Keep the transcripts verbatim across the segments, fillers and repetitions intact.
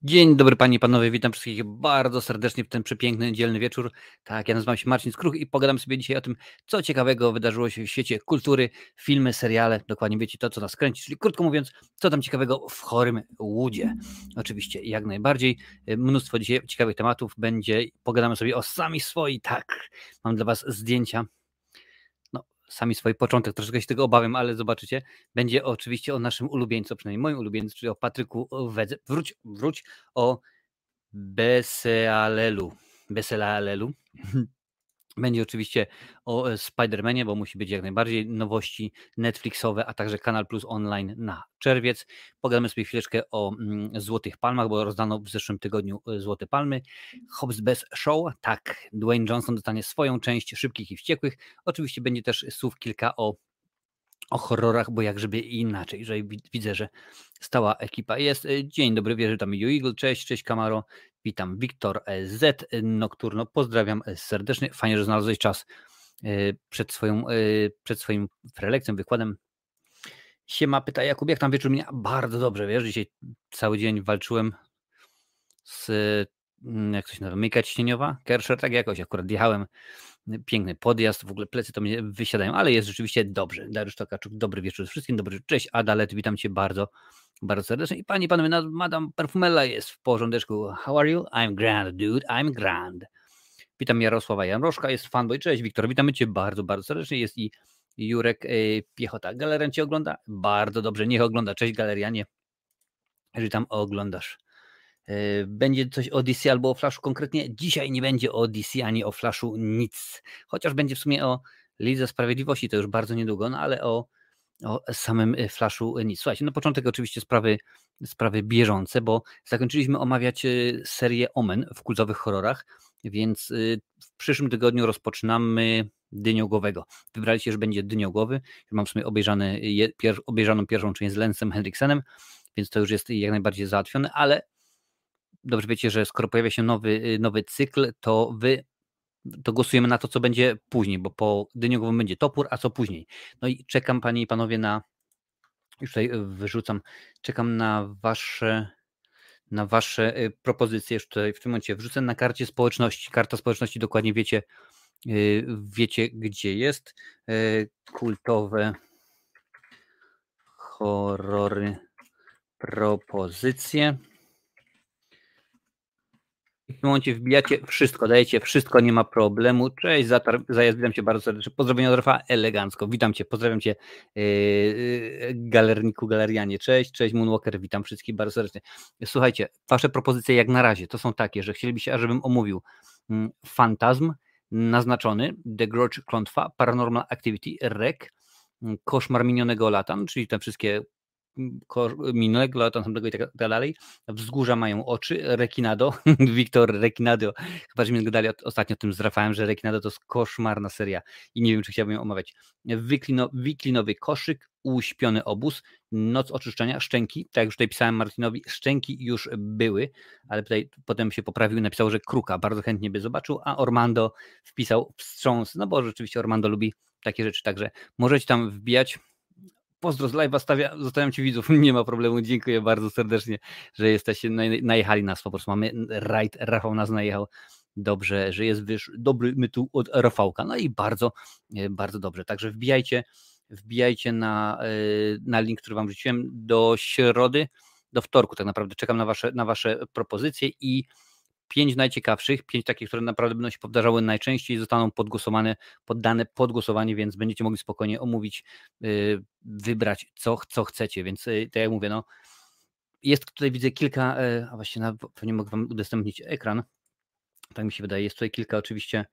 Dzień dobry panie i panowie, witam wszystkich bardzo serdecznie w ten przepiękny, niedzielny wieczór. Tak, ja nazywam się Marcin Skruch i pogadam sobie dzisiaj o tym, co ciekawego wydarzyło się w świecie kultury, filmy, seriale, dokładnie wiecie to, co nas kręci, czyli krótko mówiąc, co tam ciekawego w chorym łudzie. Oczywiście, jak najbardziej, y, mnóstwo dzisiaj ciekawych tematów będzie, pogadamy sobie o sami swoi, tak, mam dla was zdjęcia, no, sami swój początek, troszeczkę się tego obawiam, ale zobaczycie. Będzie oczywiście o naszym ulubieńcu, przynajmniej moim ulubieńcu, czyli o Patryku Wedze. Wróć, wróć o Besealelu. Besealelu. Będzie oczywiście o e, Spider-Manie, bo musi być jak najbardziej nowości Netflixowe, a także Kanal Plus Online na czerwiec. Pogadamy sobie chwileczkę o mm, Złotych Palmach, bo rozdano w zeszłym tygodniu e, Złote Palmy. Hobbs Best Show, tak, Dwayne Johnson dostanie swoją część Szybkich i Wściekłych. Oczywiście będzie też słów kilka o o horrorach, bo jak żeby inaczej, że widzę, że stała ekipa jest. Dzień dobry, wierzę tam Eagle, cześć, cześć Kamaro, witam Wiktor Z, Nocturno, pozdrawiam serdecznie, fajnie, że znalazłeś czas przed, swoją, przed swoim prelekcją, wykładem. Siema, pyta Jakub, jak tam wieczór mnie? Bardzo dobrze, wiesz, dzisiaj cały dzień walczyłem z, jak to się nazywa, myjka ciśnieniowa, Kersher, tak jakoś, akurat jechałem, piękny podjazd, w ogóle plecy to mnie wysiadają, ale jest rzeczywiście dobrze. Dariusz Tokaczuk, dobry wieczór wszystkim, dobry, cześć Adalet, witam Cię bardzo, bardzo serdecznie i Panie i Panowie, Madame Perfumella jest w porządeczku. How are you? I'm grand, dude, I'm grand. Witam Jarosława Jamrożka, jest fanboy, cześć Wiktor, witamy Cię bardzo, bardzo serdecznie, jest i Jurek yy, Piechota. Galerian Cię ogląda? Bardzo dobrze, niech ogląda, cześć Galerianie, jeżeli tam oglądasz. Będzie coś o D C albo o Flashu konkretnie. Dzisiaj nie będzie o D C ani o Flashu nic. Chociaż będzie w sumie o Lidze Sprawiedliwości, to już bardzo niedługo, no ale o, o samym Flashu nic. Słuchajcie, na początek oczywiście sprawy, sprawy bieżące, bo zakończyliśmy omawiać serię Omen w kultowych horrorach, więc w przyszłym tygodniu rozpoczynamy Dyniogłowego. Wybraliście, że będzie Dyniogłowy. Mam w sumie obejrzany, pier, obejrzaną pierwszą część z Lensem Henriksenem, więc to już jest jak najbardziej załatwione, ale dobrze wiecie, że skoro pojawia się nowy, nowy cykl, to wy to głosujemy na to, co będzie później, bo po Dyniogłowym będzie Topór, a co później. No i czekam, panie i panowie, na, już tutaj wyrzucam, czekam na wasze na wasze propozycje, już tutaj w tym momencie wrzucę na karcie społeczności. Karta społeczności dokładnie wiecie, wiecie gdzie jest. Kultowe horrory, propozycje. I w tym momencie wbijacie wszystko, dajecie wszystko, nie ma problemu. Cześć, Zajazd, witam Cię bardzo serdecznie. Pozdrowienia od Rafa, elegancko. Witam Cię, pozdrawiam Cię yy, galerniku, galerianie. Cześć, cześć Moonwalker, witam wszystkich bardzo serdecznie. Słuchajcie, Wasze propozycje jak na razie to są takie, że chcielibyście, żebym omówił mm, Fantazm, Naznaczony, The Grudge, Klątwa, Paranormal Activity, Rek, Koszmar minionego lata, no, czyli te wszystkie minionego lata i tak dalej. Wzgórza mają oczy, Rekinado, Wiktor Rekinado, chyba, że mnie gadali ostatnio o tym z Rafałem, że Rekinado to jest koszmarna seria i nie wiem, czy chciałbym ją omawiać. Wiklino, wiklinowy koszyk, Uśpiony obóz, Noc oczyszczenia, Szczęki, tak jak już tutaj pisałem Martinowi, Szczęki już były, ale tutaj potem się poprawił, napisał, że Kruka, bardzo chętnie by zobaczył, a Ormando wpisał Wstrząs, no bo rzeczywiście Ormando lubi takie rzeczy, także możecie tam wbijać. Pozdro z live'a, zostawiam Ci widzów, nie ma problemu, dziękuję bardzo serdecznie, że jesteście, najechali nas, po prostu mamy rajd, Rafał nas najechał, dobrze, że jest wiesz, dobry my tu od Rafałka, no i bardzo, bardzo dobrze, także wbijajcie, wbijajcie na, na link, który Wam rzuciłem do środy, do wtorku tak naprawdę, czekam na Wasze, na wasze propozycje i pięć najciekawszych, pięć takich, które naprawdę będą się powtarzały najczęściej, zostaną podgłosowane, poddane pod głosowanie, więc będziecie mogli spokojnie omówić, yy, wybrać co, co chcecie, więc yy, tak jak mówię, no jest tutaj widzę kilka, yy, a właściwie nawet pewnie mogę Wam udostępnić ekran, tak mi się wydaje, jest tutaj kilka oczywiście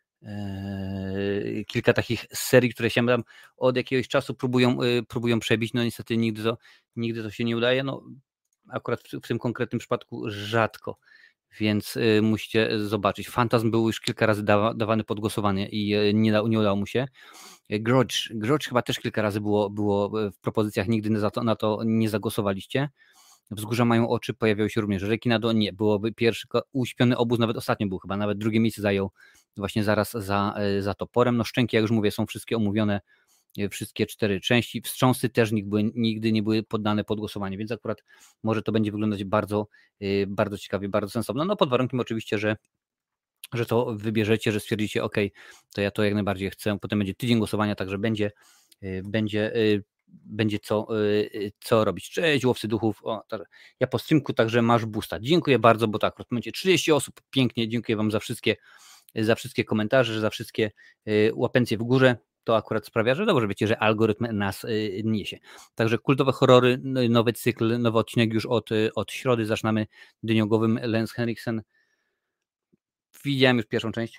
Yy, kilka takich serii, które się tam od jakiegoś czasu próbują, yy, próbują przebić, no niestety nigdy to, nigdy to się nie udaje, no akurat w, w tym konkretnym przypadku rzadko, więc y, musicie zobaczyć. Fantazm był już kilka razy dawa, dawany pod głosowanie i y, nie, da, nie udało mu się. Grudge, Grudge chyba też kilka razy było, było w propozycjach, nigdy na to, na to nie zagłosowaliście. Wzgórza mają oczy, pojawiał się również Rekinado, nie, byłoby pierwszy, Uśpiony obóz, nawet ostatnio był chyba, nawet drugie miejsce zajął właśnie zaraz za, za Toporem. No Szczęki, jak już mówię, są wszystkie omówione wszystkie cztery części. Wstrząsy też nigdy, były, nigdy nie były poddane pod głosowanie, więc akurat może to będzie wyglądać bardzo, bardzo ciekawie, bardzo sensownie. No pod warunkiem oczywiście, że że to wybierzecie, że stwierdzicie, ok, to ja to jak najbardziej chcę, potem będzie tydzień głosowania, także będzie, będzie, będzie co, co robić. Cześć, łowcy duchów, o, ja po streamku także masz boosta. Dziękuję bardzo, bo tak, w tym momencie trzydzieści osób, pięknie, dziękuję wam za wszystkie, za wszystkie komentarze, za wszystkie łapencje w górze. To akurat sprawia, że dobrze wiecie, że algorytm nas niesie. Także kultowe horrory, nowy cykl, nowy odcinek już od, od środy, zaczynamy dyniogowym Lance Henriksen. Widziałem już pierwszą część.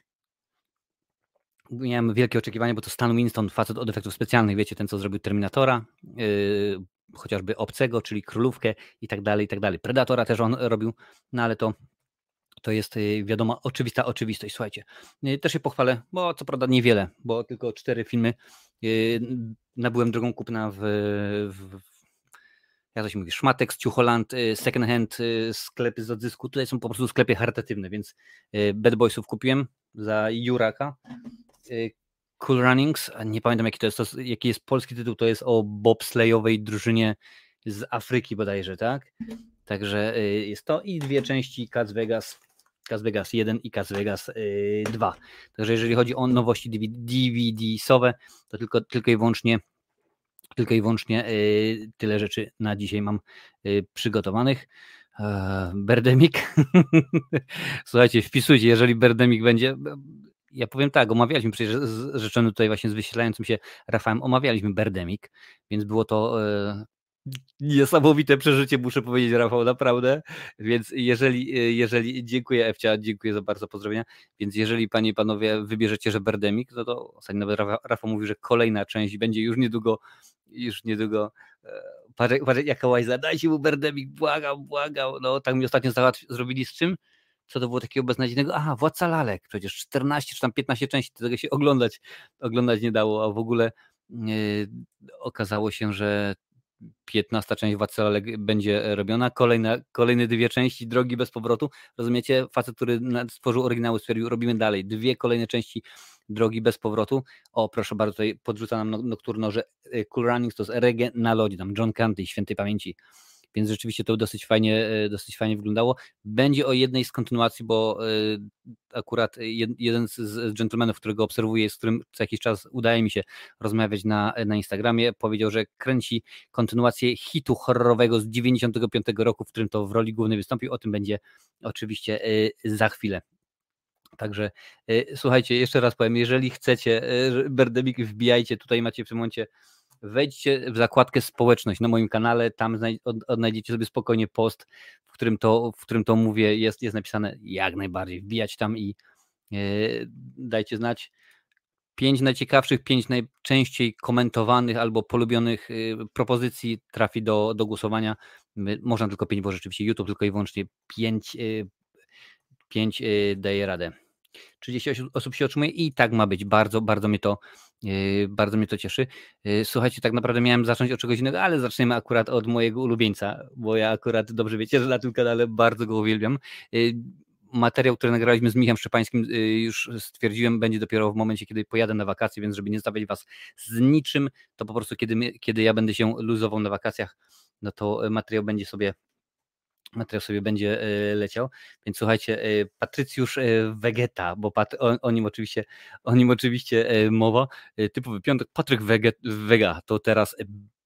Miałem wielkie oczekiwania, bo to Stan Winston, facet od efektów specjalnych, wiecie, ten co zrobił Terminatora, yy, chociażby Obcego, czyli Królówkę i tak dalej, i tak dalej. Predatora też on robił, no ale to, to jest yy, wiadomo oczywista oczywistość, słuchajcie. Yy, też się pochwalę, bo co prawda niewiele, bo tylko cztery filmy yy, nabyłem drogą kupna w, w jak to się mówi, Szmatek, Ciucholand, Second Hand, sklepy z odzysku, tutaj są po prostu sklepy charytatywne, więc Bad Boysów kupiłem za Juraka. Cool Runnings, nie pamiętam jaki to jest, to, jaki jest polski tytuł, to jest o bobslejowej drużynie z Afryki bodajże, tak? Także jest to i dwie części Cats Vegas, Cats Vegas jeden i Cats Vegas dwa. Także jeżeli chodzi o nowości D V D-sowe, to tylko, tylko i wyłącznie Tylko i wyłącznie y, tyle rzeczy na dzisiaj mam y, przygotowanych. E, Birdemic. Słuchajcie, wpisujcie, jeżeli Birdemic będzie. Ja powiem tak, omawialiśmy przecież z rzeczonym tutaj właśnie z wyświetlającym się Rafałem, omawialiśmy Birdemic, więc było to e, niesamowite przeżycie, muszę powiedzieć, Rafał, naprawdę. Więc jeżeli, jeżeli dziękuję Ewcia, dziękuję za bardzo pozdrowienia. Więc jeżeli panie i panowie wybierzecie, że Birdemic, no to ostatnio nawet Rafał, Rafał mówi, że kolejna część będzie już niedługo, już niedługo. Patrz, patrz jaka łajza, dajcie mu Birdemic, błagam, błagam. No tak mi ostatnio załatw- zrobili z czym? Co to było takiego beznadziejnego? Aha, Władca Lalek, przecież czternaście czy tam piętnaście części, tego się oglądać, oglądać nie dało, a w ogóle yy, okazało się, że piętnasta część Władcy Lalek będzie robiona, kolejne, kolejne dwie części Drogi bez powrotu, rozumiecie? Facet, który stworzył oryginały, stwierdził, robimy dalej, dwie kolejne części Drogi bez powrotu. O, proszę bardzo, tutaj podrzuca nam Nocturno, że Cool Runnings to jest reggae na lodzie, tam John Candy, świętej pamięci. Więc rzeczywiście to dosyć fajnie, dosyć fajnie wyglądało. Będzie o jednej z kontynuacji, bo akurat jeden z dżentelmenów, którego obserwuję, z którym co jakiś czas udaje mi się rozmawiać na, na Instagramie, powiedział, że kręci kontynuację hitu horrorowego z dziewięćdziesiątego piątego roku, w którym to w roli głównej wystąpił. O tym będzie oczywiście za chwilę. Także słuchajcie, jeszcze raz powiem, jeżeli chcecie Birdemic, wbijajcie, tutaj macie w tym momencie, wejdźcie w zakładkę społeczność na moim kanale, tam odnajdziecie sobie spokojnie post, w którym to, w którym to mówię, jest, jest napisane jak najbardziej, wbijać tam i yy, dajcie znać. Pięć najciekawszych, pięć najczęściej komentowanych albo polubionych yy, propozycji trafi do, do głosowania. My, można tylko pięć, bo rzeczywiście YouTube tylko i wyłącznie pięć, yy, pięć yy, daje radę. trzydzieści osób się otrzymuje i tak ma być. Bardzo, bardzo mnie to Yy, bardzo mnie to cieszy. Yy, słuchajcie, tak naprawdę miałem zacząć od czegoś innego, ale zaczniemy akurat od mojego ulubieńca, bo ja akurat dobrze wiecie, że na tym kanale bardzo go uwielbiam. Yy, materiał, który nagraliśmy z Michałem Szczepańskim, yy, już stwierdziłem, będzie dopiero w momencie, kiedy pojadę na wakacje, więc żeby nie zostawiać was z niczym, to po prostu kiedy, my, kiedy ja będę się luzował na wakacjach, no to materiał będzie sobie materiał sobie będzie leciał, więc słuchajcie, Patrycjusz Wegeta, bo Pat, o, o nim oczywiście o nim oczywiście mowa, typowy piątek, Patryk Wega, to teraz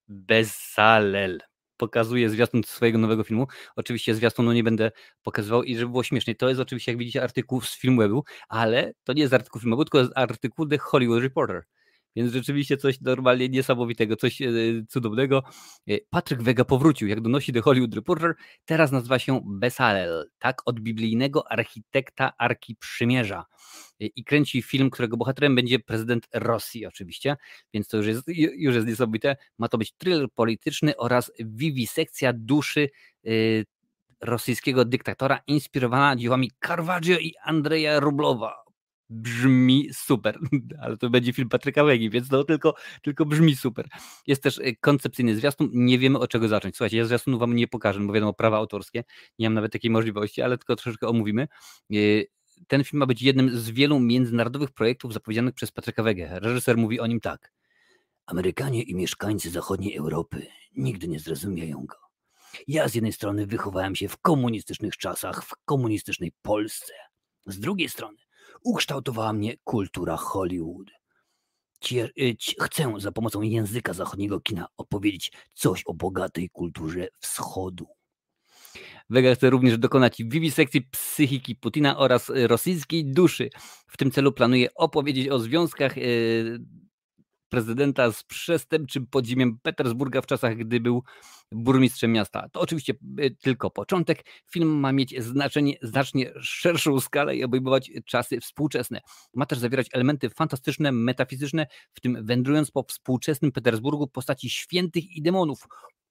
Bezalel pokazuje zwiastun swojego nowego filmu, oczywiście zwiastunu nie będę pokazywał i żeby było śmiesznie, to jest oczywiście jak widzicie artykuł z Filmwebu, ale to nie jest artykuł Filmwebu, tylko jest artykuł The Hollywood Reporter. Więc rzeczywiście coś normalnie niesamowitego, coś cudownego. Patryk Wega powrócił, jak donosi The Hollywood Reporter, teraz nazywa się Bezalel, tak, od biblijnego architekta Arki Przymierza. I kręci film, którego bohaterem będzie prezydent Rosji oczywiście, więc to już jest, już jest niesamowite. Ma to być thriller polityczny oraz wiwisekcja duszy yy, rosyjskiego dyktatora inspirowana dziełami Caravaggio i Andrzeja Rublowa. Brzmi super, ale to będzie film Patryka Wegi, więc to tylko, tylko brzmi super. Jest też koncepcyjny zwiastun, nie wiemy od czego zacząć. Słuchajcie, ja zwiastunu wam nie pokażę, bo wiadomo, prawa autorskie, nie mam nawet takiej możliwości, ale tylko troszeczkę omówimy. Ten film ma być jednym z wielu międzynarodowych projektów zapowiedzianych przez Patryka Wegę. Reżyser mówi o nim tak. Amerykanie i mieszkańcy zachodniej Europy nigdy nie zrozumieją go. Ja z jednej strony wychowałem się w komunistycznych czasach, w komunistycznej Polsce. Z drugiej strony ukształtowała mnie kultura Hollywood. Cie, y, cie, chcę za pomocą języka zachodniego kina opowiedzieć coś o bogatej kulturze wschodu. Vega chce również dokonać wiwisekcji psychiki Putina oraz y, rosyjskiej duszy. W tym celu planuje opowiedzieć o związkach y, prezydenta z przestępczym podziemiem Petersburga w czasach, gdy był burmistrzem miasta. To oczywiście y, tylko początek. Film ma mieć znaczenie, znacznie szerszą skalę i obejmować czasy współczesne. Ma też zawierać elementy fantastyczne, metafizyczne, w tym wędrując po współczesnym Petersburgu w postaci świętych i demonów.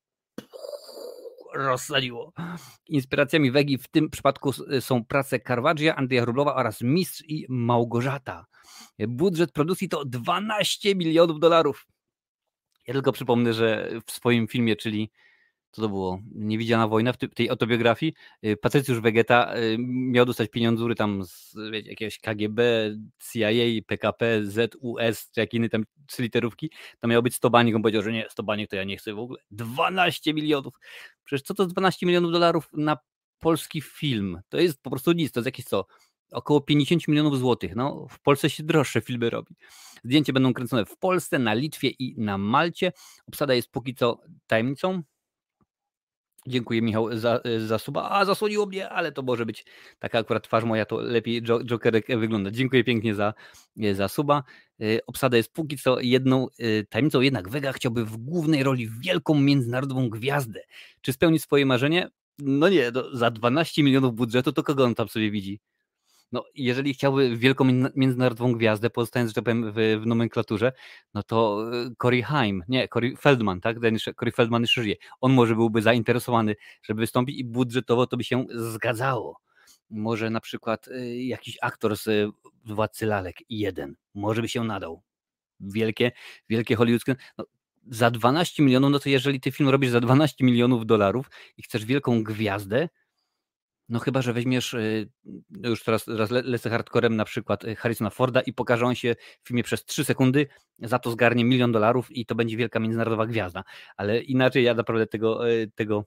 Rozsadziło. Inspiracjami Wegi w tym przypadku są prace Caravaggio, Andrzeja Rublowa oraz Mistrz i Małgorzata. Budżet produkcji to dwanaście milionów dolarów. Ja tylko przypomnę, że w swoim filmie, czyli co to było? Niewidzialna wojna, w tej autobiografii, Patrycjusz Wegeta miał dostać pieniądzury tam z wiecie, jakiegoś K G B, C I A, P K P, Z U S, czy jak inne tam trzy literówki. Tam miało być sto baniek, on powiedział, że nie, sto baniek to ja nie chcę w ogóle. dwanaście milionów! Przecież co to dwanaście milionów dolarów na polski film? To jest po prostu nic, to jest jakieś co? Około pięćdziesiąt milionów złotych. No, w Polsce się droższe filmy robi. Zdjęcia będą kręcone w Polsce, na Litwie i na Malcie. Obsada jest póki co tajemnicą. Dziękuję, Michał, za, za suba. A, zasłoniło mnie, ale to może być taka akurat twarz moja, to lepiej Jokerek wygląda. Dziękuję pięknie za, za suba. Obsada jest póki co jedną tajemnicą, jednak Vega chciałby w głównej roli wielką międzynarodową gwiazdę. Czy spełni swoje marzenie? No nie, no, za dwanaście milionów budżetu to kogo on tam sobie widzi? No, jeżeli chciałby wielką międzynarodową gwiazdę, pozostając, że tak powiem, w, w nomenklaturze, no to Corey Haim, nie, Corey Feldman, tak? Corey Feldman jeszcze żyje. On może byłby zainteresowany, żeby wystąpić i budżetowo to by się zgadzało. Może na przykład y, jakiś aktor z Władcy Lalek jeden, może by się nadał. Wielkie, wielkie hollywoodzkie. No, za dwanaście milionów, no to jeżeli ty film robisz za dwanaście milionów dolarów i chcesz wielką gwiazdę, no chyba, że weźmiesz, już teraz, teraz lecę hardcorem, na przykład Harrisona Forda i pokaże on się w filmie przez trzy sekundy, za to zgarnie milion dolarów i to będzie wielka międzynarodowa gwiazda. Ale inaczej ja naprawdę tego, tego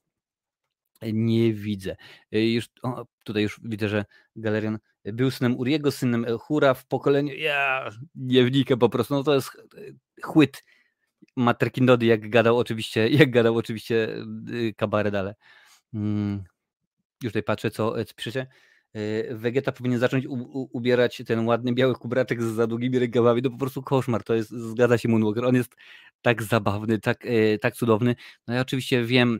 nie widzę. Już, o, tutaj już widzę, że Galerian był synem Uriego, synem Hura w pokoleniu, ja nie wnikam po prostu, no to jest chłyt Materkindody, jak gadał oczywiście, jak gadał oczywiście Kabaret, ale... Hmm. Już tutaj patrzę, co, co piszecie. Vegeta powinien zacząć u, u, ubierać ten ładny biały kubraczek z za długimi rękawami. To po prostu koszmar. To jest, zgadza się Moonwalker. On jest tak zabawny, tak, tak cudowny. No ja oczywiście wiem,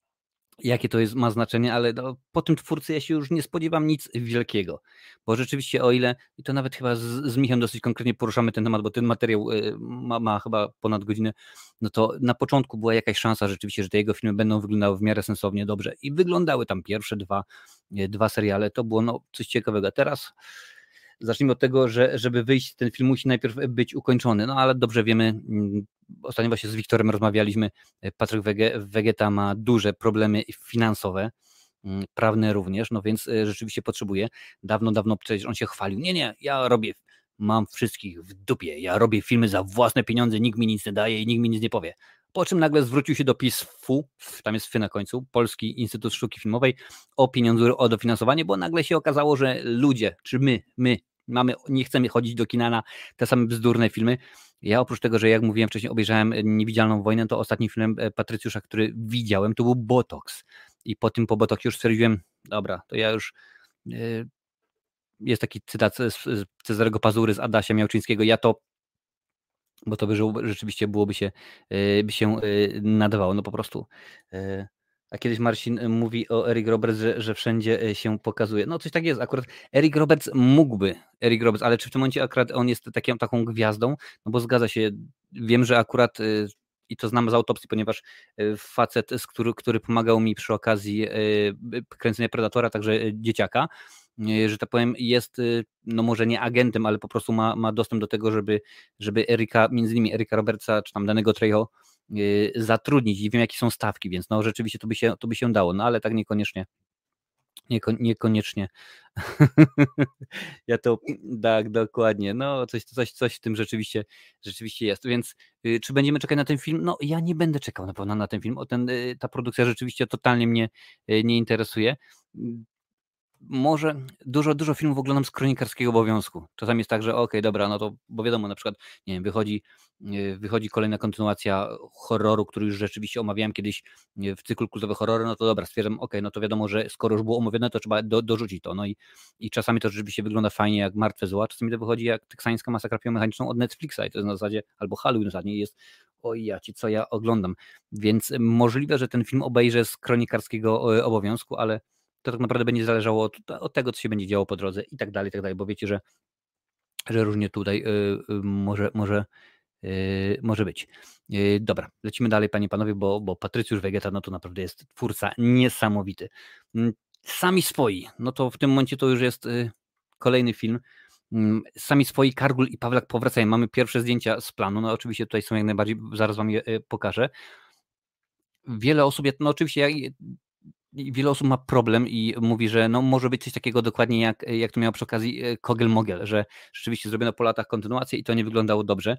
jakie to jest, ma znaczenie, ale no, po tym twórcy ja się już nie spodziewam nic wielkiego. Bo rzeczywiście o ile, i to nawet chyba z, z Michem dosyć konkretnie poruszamy ten temat, bo ten materiał ma, ma chyba ponad godzinę, no to na początku była jakaś szansa rzeczywiście, że te jego filmy będą wyglądały w miarę sensownie dobrze i wyglądały tam pierwsze dwa, dwa seriale. To było no, coś ciekawego. A teraz zacznijmy od tego, że żeby wyjść, ten film musi najpierw być ukończony, no ale dobrze wiemy, ostatnio właśnie z Wiktorem rozmawialiśmy, Patryk Wegeta ma duże problemy finansowe, prawne również, no więc rzeczywiście potrzebuje. Dawno, dawno przecież on się chwalił, nie, nie, ja robię, mam wszystkich w dupie, ja robię filmy za własne pieniądze, nikt mi nic nie daje i nikt mi nic nie powie. Po czym nagle zwrócił się do P I S F U, tam jest F na końcu, Polski Instytut Sztuki Filmowej, o pieniądze, o dofinansowanie, bo nagle się okazało, że ludzie, czy my, my mamy, nie chcemy chodzić do kina na te same bzdurne filmy. Ja oprócz tego, że jak mówiłem wcześniej, obejrzałem Niewidzialną Wojnę, to ostatnim filmem Patrycjusza, który widziałem, to był Botox. I po tym po Botoxie już stwierdziłem, dobra, to ja już... Yy, jest taki cytat z, z Cezarego Pazury, z Adasia Miałczyńskiego, ja to, bo to by rzeczywiście byłoby się, yy, by się yy, nadawało, no po prostu... Yy. A kiedyś Marcin mówi o Eric Roberts, że, że wszędzie się pokazuje. No coś tak jest, akurat Eric Roberts mógłby, Eric Roberts, ale czy w tym momencie akurat on jest taką, taką gwiazdą? No bo zgadza się, wiem, że akurat, i to znam z autopsji, ponieważ facet, który, który pomagał mi przy okazji kręcenia Predatora, także dzieciaka, że tak powiem, jest, no może nie agentem, ale po prostu ma, ma dostęp do tego, żeby, żeby Erika, między innymi Erika Robertsa, czy tam danego Trejo zatrudnić i wiem, jakie są stawki, więc no rzeczywiście to by się, to by się dało, no ale tak niekoniecznie Nieko niekoniecznie. Ja to tak, dokładnie. No, coś coś coś w tym rzeczywiście rzeczywiście jest. Więc, y, czy będziemy czekać na ten film? No, ja nie będę czekał na pewno na ten film. O ten y, ta produkcja rzeczywiście totalnie mnie, y, nie interesuje. Mm, może dużo dużo filmów oglądam z kronikarskiego obowiązku. Czasami jest tak, że okej, dobra, no to bo wiadomo, na przykład, nie wiem, wychodzi, y, wychodzi kolejna kontynuacja horroru, który już rzeczywiście omawiałem kiedyś, y, w cyklu Kultowe horrory, no to dobra, stwierdzam, okej, no to wiadomo, że skoro już było omówione, to trzeba do dorzucić to. No i i czasami to rzeczywiście wygląda fajnie jak Martwe zło, a czasami to wychodzi jak Teksańska masakra biomechaniczną od Netflixa i to jest na zasadzie albo Halloween ostatni jest, oj jaci, co ja oglądam. Więc możliwe, że ten film obejrzę z kronikarskiego, y, obowiązku, ale to tak naprawdę będzie zależało od od tego, co się będzie działo po drodze i tak dalej, i tak dalej, bo wiecie, że że różnie tutaj, y, y, może może, y, może być. Y, dobra, lecimy dalej, panie i panowie, bo bo Patrycjusz Wegeta, no to naprawdę jest twórca niesamowity. Mm, Sami swoi, no to w tym momencie to już jest, y, kolejny film. Mm, Sami swoi, Kargul i Pawlak powracają. Mamy pierwsze zdjęcia z planu, no oczywiście tutaj są jak najbardziej, zaraz wam je, y, pokażę. Wiele osób, ja no oczywiście ja i i wiele osób ma problem i mówi, że no może być coś takiego dokładnie jak jak to miało przy okazji, y, Kogel-Mogel, że rzeczywiście zrobiono po latach kontynuację i to nie wyglądało dobrze.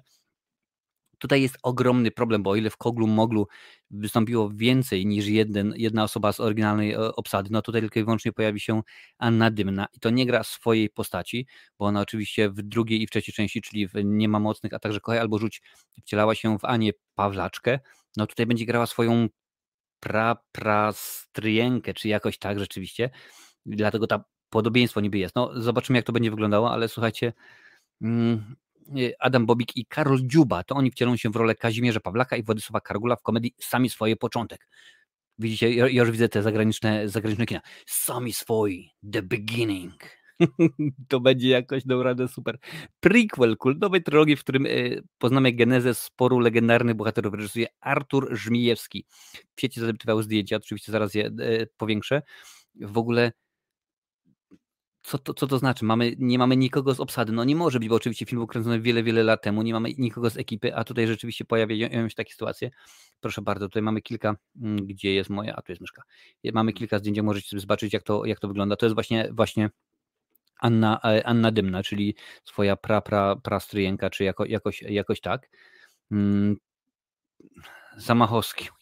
Tutaj jest ogromny problem, bo o ile w Koglu-Moglu wystąpiło więcej niż jeden jedna osoba z oryginalnej, e, obsady, no tutaj tylko i wyłącznie pojawi się Anna Dymna i to nie gra swojej postaci, bo ona oczywiście w drugiej i w trzeciej części, czyli w Nie ma mocnych, a także Kochaj albo rzuć, wcielała się w Anię Pawlaczkę. No tutaj będzie grała swoją pra prastryjenkę, czy jakoś tak rzeczywiście. Dlatego ta podobieństwo niby jest. No, zobaczymy, jak to będzie wyglądało, ale słuchajcie, mm, y, Adam Bobik i Karol Dziuba, to oni wcielą się w rolę Kazimierza Pawlaka i Władysława Kargula w komedii Sami swoje początek. Widzicie, ja, ja już widzę te zagraniczne, zagraniczne kina. Sami swoi, The Beginning. To będzie jakoś naprawdę super. Prequel kultowej trylogii, w którym y, poznamy genezę sporu legendarnych bohaterów, reżyseruje Artur Żmijewski. W sieci zadeptywały zdjęcia, oczywiście zaraz je y, powiększę. W ogóle co to, co to znaczy? Mamy, nie mamy nikogo z obsady. No nie może być, bo oczywiście film był kręcony wiele, wiele lat temu. Nie mamy nikogo z ekipy, a tutaj rzeczywiście pojawiają się takie sytuacje. Proszę bardzo, tutaj mamy kilka, mm, gdzie jest moja, a tu jest myszka. Mamy kilka zdjęć, możecie sobie zobaczyć, jak to, jak to wygląda. To jest właśnie, właśnie Anna, e, Anna Dymna, czyli swoja pra, pra, prastryjenka, czy jako, jakoś, jakoś tak. Mm, Zamachowski.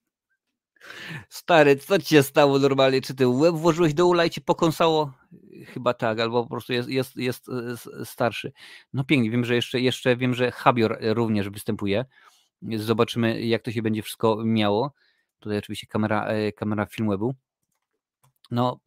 Stary, co ci się stało normalnie? Czy ty łeb włożyłeś do ula i ci pokąsało? Chyba tak, albo po prostu jest, jest, jest e, s- starszy. No pięknie, wiem, że jeszcze, jeszcze wiem, że Habior również występuje. Zobaczymy, jak to się będzie wszystko miało. Tutaj oczywiście kamera, e, kamera Filmwebu. No,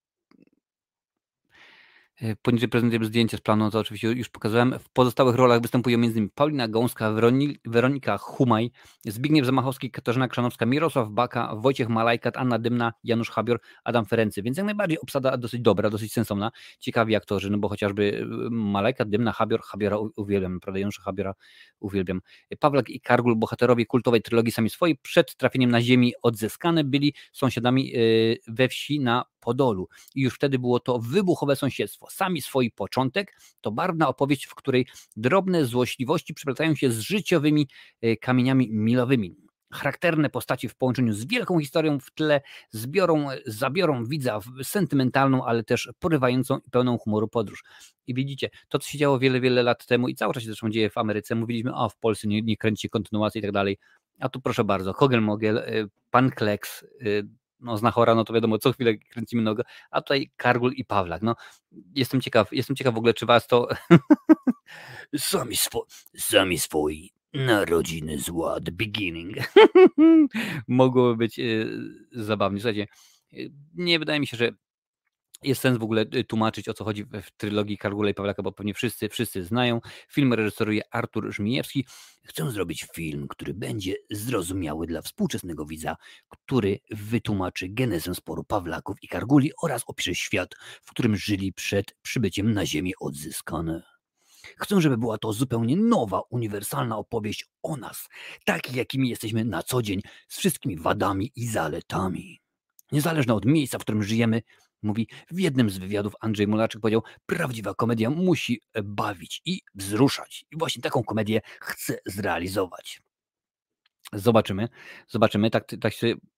E, Poniżej prezentujemy zdjęcie z planu, to oczywiście już pokazałem. W pozostałych rolach występują m.in. Paulina Gąska, Weroni- Weronika Humaj, Zbigniew Zamachowski, Katarzyna Krzanowska, Mirosław Baka, Wojciech Malajkat, Anna Dymna, Janusz Habior, Adam Ferency. Więc jak najbardziej obsada dosyć dobra, dosyć sensowna. Ciekawi aktorzy, no bo chociażby y, Malajkat, Dymna, Habior, Habiora u- uwielbiam, prawda, Janusza Habiora uwielbiam. Pawlak i Kargul, bohaterowie kultowej trylogii Sami swoi, przed trafieniem na ziemi odzyskane byli sąsiadami y, we wsi na Podolu. I już wtedy było to wybuchowe sąsiedztwo. Sami swój początek to barwna opowieść, w której drobne złośliwości przeplatają się z życiowymi e, kamieniami milowymi. Charakterne postaci w połączeniu z wielką historią w tle zbiorą, zabiorą widza w sentymentalną, ale też porywającą i pełną humoru podróż. I widzicie, to co się działo wiele, wiele lat temu i cały czas się zresztą dzieje w Ameryce, mówiliśmy, o w Polsce nie, nie kręci kontynuacji i tak dalej, a tu proszę bardzo, Kogel-Mogel, y, Pan Kleks, y, no Znachora, no to wiadomo, co chwilę kręcimy nogę, a tutaj Kargul i Pawlak. No, jestem ciekaw, jestem ciekaw w ogóle, czy was to sami, swo... sami swoi narodziny zła, the beginning. Mogłoby być y, zabawnie. Słuchajcie, y, nie wydaje mi się, że jest sens w ogóle y, tłumaczyć, o co chodzi w, w trylogii Kargula i Pawlaka, bo pewnie wszyscy, wszyscy znają. Film reżyseruje Artur Żmijewski. Chcę zrobić film, który będzie zrozumiały dla współczesnego widza, który wytłumaczy genezę sporu Pawlaków i Karguli oraz opisze świat, w którym żyli przed przybyciem na ziemię odzyskane. Chcę, żeby była to zupełnie nowa, uniwersalna opowieść o nas, takich jakimi jesteśmy na co dzień, z wszystkimi wadami i zaletami. Niezależnie od miejsca, w którym żyjemy, mówi w jednym z wywiadów Andrzej Mulaczek powiedział, prawdziwa komedia musi bawić i wzruszać. I właśnie taką komedię chcę zrealizować. Zobaczymy, zobaczymy, tak, tak się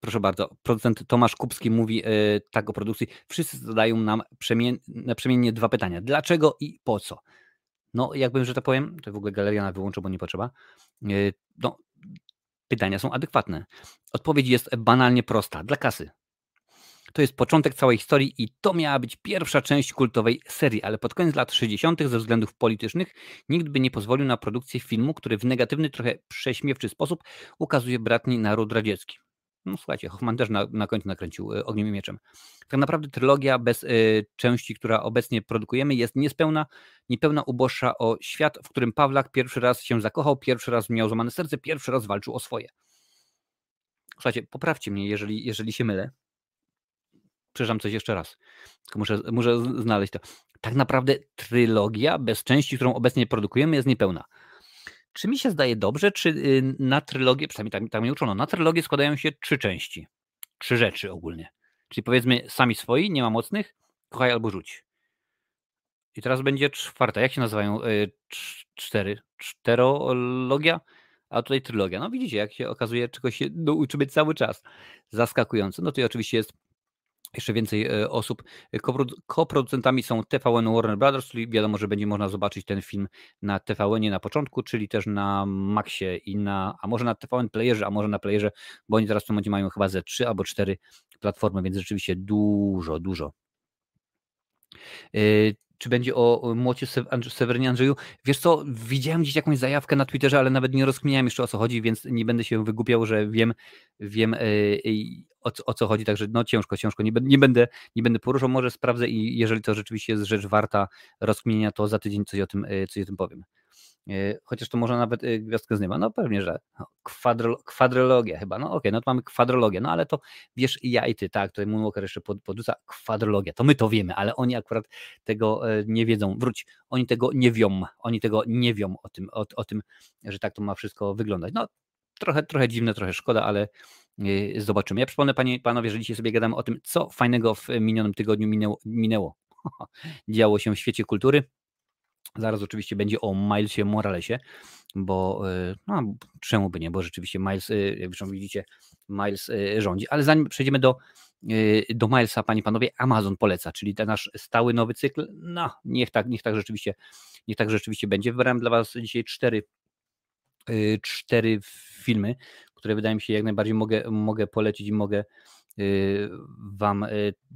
Proszę bardzo, producent Tomasz Kubski mówi yy, tak o produkcji. Wszyscy zadają nam przemien naprzemiennie dwa pytania. Dlaczego i po co? No, jakbym, że tak powiem, to w ogóle galeria na wyłączę, bo nie potrzeba. Yy, no, pytania są adekwatne. Odpowiedź jest banalnie prosta. Dla kasy. To jest początek całej historii i to miała być pierwsza część kultowej serii, ale pod koniec lat sześćdziesiątych ze względów politycznych nikt by nie pozwolił na produkcję filmu, który w negatywny, trochę prześmiewczy sposób ukazuje bratni naród radziecki. No słuchajcie, Hoffman też na, na końcu nakręcił y, Ogniem i Mieczem. Tak naprawdę trylogia bez y, części, która obecnie produkujemy, jest niespełna, niepełna uboższa o świat, w którym Pawlak pierwszy raz się zakochał, pierwszy raz miał złamane serce, pierwszy raz walczył o swoje. Słuchajcie, poprawcie mnie, jeżeli, jeżeli się mylę. Przepraszam, coś jeszcze raz. Tylko muszę, muszę znaleźć to. Tak naprawdę trylogia bez części, którą obecnie produkujemy, jest niepełna. Czy mi się zdaje dobrze, czy y, na trylogię, przynajmniej tak, tak mnie uczono, na trylogię składają się trzy części. Trzy rzeczy ogólnie. Czyli powiedzmy sami swoi, nie ma mocnych, kochaj albo rzuć. I teraz będzie czwarta. Jak się nazywają? Y, cztery. Czterologia? A tutaj trylogia. No widzicie, jak się okazuje, czego się no, uczymy cały czas. Zaskakujące. No to i oczywiście jest jeszcze więcej osób. Koproducentami są T V N Warner Brothers, czyli wiadomo, że będzie można zobaczyć ten film na T V N-ie na początku, czyli też na Maxie i na, a może na T V N Playerze, a może na Playerze, bo oni teraz w tym momencie mają chyba ze trzy albo cztery platformy, więc rzeczywiście dużo, dużo. Yy, czy będzie o młocie Sewerynie Andrzeju? Wiesz co, widziałem gdzieś jakąś zajawkę na Twitterze, ale nawet nie rozkminiałem jeszcze o co chodzi, więc nie będę się wygłupiał, że wiem, wiem yy, o, o co chodzi, także no ciężko, ciężko, nie, nie, będę, nie będę poruszał, może sprawdzę i jeżeli to rzeczywiście jest rzecz warta rozkminienia, to za tydzień coś o tym, yy, coś o tym powiem. Chociaż to może nawet gwiazdkę z nieba. No pewnie, że kwadro, kwadrologia chyba. No okej, okay, no to mamy kwadrologię, no ale to wiesz i ja i ty, tak, tutaj Moonwalker jeszcze pod, podrzuca kwadrologia. To my to wiemy, ale oni akurat tego nie wiedzą. Wróć, oni tego nie wią, oni tego nie wią o tym, o, o tym, że tak to ma wszystko wyglądać. No trochę, trochę dziwne, trochę szkoda, ale yy, zobaczymy. Ja przypomnę panie, panowie, że dzisiaj sobie gadamy o tym, co fajnego w minionym tygodniu minęło. minęło. Działo się w świecie kultury. Zaraz oczywiście będzie o Milesie Moralesie, bo no, czemu by nie, bo rzeczywiście Miles, jak zresztą widzicie, Miles rządzi. Ale zanim przejdziemy do, do Milesa, panie panowie, Amazon poleca, czyli ten nasz stały nowy cykl. No, niech tak, niech tak rzeczywiście, niech tak rzeczywiście będzie. Wybrałem dla was dzisiaj cztery, cztery filmy, które wydaje mi się jak najbardziej mogę, mogę polecić i mogę wam.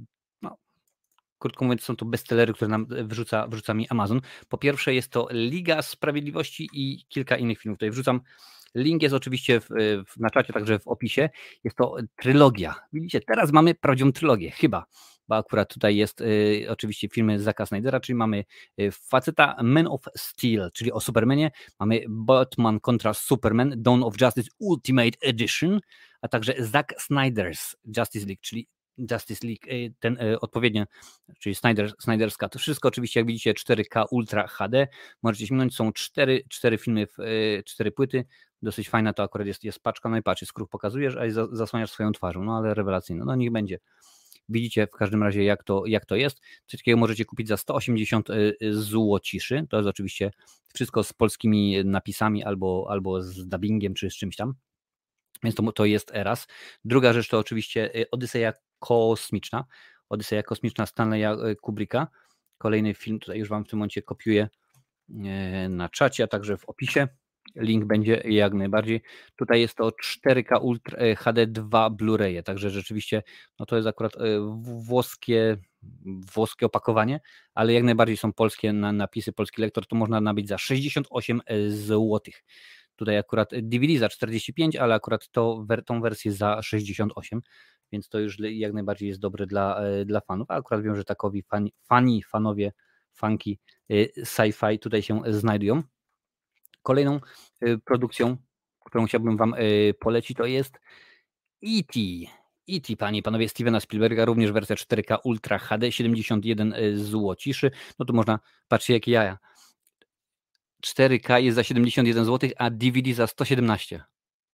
Krótko mówiąc, są to bestsellery, które nam wrzuca, wrzuca mi Amazon. Po pierwsze jest to Liga Sprawiedliwości i kilka innych filmów. Tutaj wrzucam. Link jest oczywiście w, w, na czacie, także w opisie. Jest to trylogia. Widzicie, teraz mamy prawdziwą trylogię, chyba. Bo akurat tutaj jest y, oczywiście filmy Zacka Snydera, czyli mamy y, faceta Man of Steel, czyli o Supermanie. Mamy Batman kontra Superman, Dawn of Justice Ultimate Edition, a także Zack Snyder's Justice League, czyli Justice League, ten odpowiednio, czyli Snyder, Snyder's Cut. To wszystko oczywiście, jak widzicie, cztery K Ultra H D. Możecie śmignąć, są cztery, cztery filmy, cztery płyty. Dosyć fajna to akurat jest, jest paczka. No i patrz, skrót pokazujesz, a zasłaniasz swoją twarzą. No ale rewelacyjne. No niech będzie. Widzicie w każdym razie, jak to, jak to jest. Coś takiego możecie kupić za sto osiemdziesiąt złociszy. To jest oczywiście wszystko z polskimi napisami albo, albo z dubbingiem, czy z czymś tam. Więc to, to jest raz. Druga rzecz to oczywiście Odyseja Kosmiczna. Odyseja Kosmiczna Stanleya Kubricka. Kolejny film, tutaj już wam w tym momencie kopiuję na czacie, a także w opisie. Link będzie jak najbardziej. Tutaj jest to cztery K Ultra H D dwa Blu-raye, także rzeczywiście no to jest akurat włoskie, włoskie opakowanie, ale jak najbardziej są polskie napisy, polski lektor, to można nabyć za sześćdziesiąt osiem złotych. Tutaj akurat D V D za czterdzieści pięć, ale akurat to, tą wersję za sześćdziesiąt osiem, więc to już jak najbardziej jest dobre dla, dla fanów, a akurat wiem, że takowi fani, fani fanowie, fanki sci-fi tutaj się znajdują. Kolejną produkcją, którą chciałbym wam polecić, to jest E T E T, panie i panowie, Stevena Spielberga, również wersja cztery K Ultra H D, siedemdziesiąt jeden złociszy, no to można, patrzcie jakie jaja. cztery K jest za siedemdziesiąt jeden złotych, a D V D za sto siedemnaście.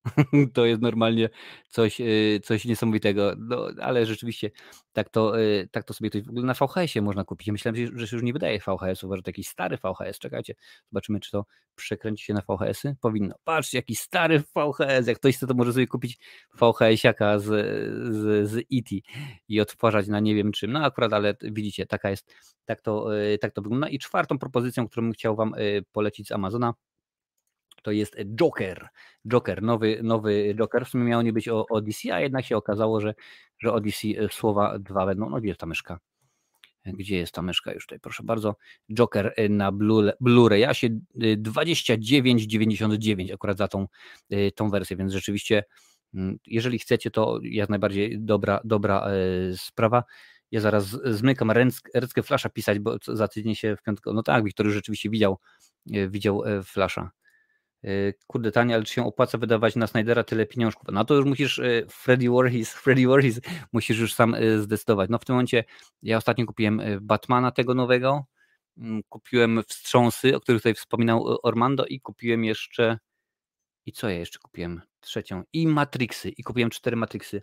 To jest normalnie coś, yy, coś niesamowitego. No, ale rzeczywiście tak to, yy, tak to sobie ktoś w ogóle na V H S-ie można kupić. Ja myślałem, że, że się już nie wydaje V H S-ów, że to jakiś stary V H S. Czekajcie, zobaczymy, czy to przekręci się na V H S-y. Powinno. Patrzcie, jaki stary V H S. Jak ktoś chce, to może sobie kupić V H S-iaka z, z, z E T i odtwarzać na nie wiem czym. No akurat, ale widzicie, taka jest, tak to, yy, tak to wygląda. I czwartą propozycją, którą bym chciał wam yy, polecić z Amazona, to jest Joker. Joker, nowy, nowy Joker. W sumie miało nie być o Odyssey, a jednak się okazało, że, że Odyssey słowa dwa będą. No gdzie jest ta myszka? Gdzie jest ta myszka? Już tutaj, proszę bardzo. Joker na Blu-rayasie dwadzieścia dziewięć dziewięćdziesiąt dziewięć akurat za tą, tą wersję, więc rzeczywiście jeżeli chcecie, to jak najbardziej dobra, dobra sprawa. Ja zaraz zmykam rękę Flasha pisać, bo za tydzień się w piątkę... No tak, Wiktor już rzeczywiście widział, widział Flasha. Kurde, tanie, ale czy się opłaca wydawać na Snydera tyle pieniążków? No to już musisz, Freddy Voorhees, Freddy Voorhees, musisz już sam zdecydować. No w tym momencie ja ostatnio kupiłem Batmana tego nowego, kupiłem Wstrząsy, o których tutaj wspominał Ormando i kupiłem jeszcze, i co ja jeszcze kupiłem? Trzecią, i Matrixy, i kupiłem cztery Matrixy.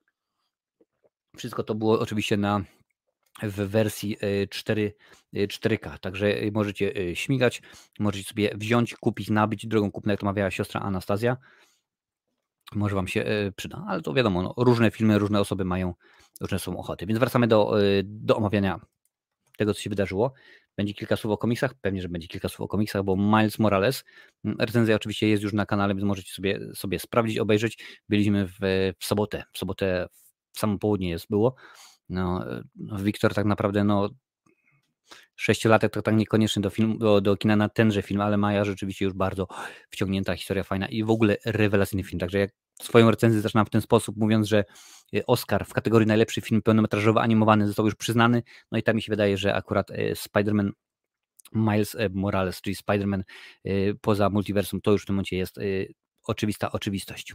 Wszystko to było oczywiście na w wersji cztery K, także możecie śmigać, możecie sobie wziąć, kupić, nabyć drogą kupna, jak to mawiała siostra Anastazja. Może wam się przyda, ale to wiadomo, no, różne filmy, różne osoby mają, różne są ochoty. Więc wracamy do, do omawiania tego, co się wydarzyło. Będzie kilka słów o komiksach, pewnie, że będzie kilka słów o komiksach, bo Miles Morales, recenzja oczywiście jest już na kanale, więc możecie sobie, sobie sprawdzić, obejrzeć. Byliśmy w, w sobotę, w sobotę w samo południe jest było. No, Wiktor tak naprawdę, no, sześciolatek to tak niekoniecznie do, film, do, do kina na tenże film, ale Maja rzeczywiście już bardzo wciągnięta, historia fajna i w ogóle rewelacyjny film. Także jak swoją recenzję zaczynam w ten sposób, mówiąc, że Oscar w kategorii najlepszy film pełnometrażowy animowany został już przyznany, no i tak mi się wydaje, że akurat Spider-Man Miles Morales, czyli Spider-Man poza multiversum, to już w tym momencie jest oczywista oczywistość.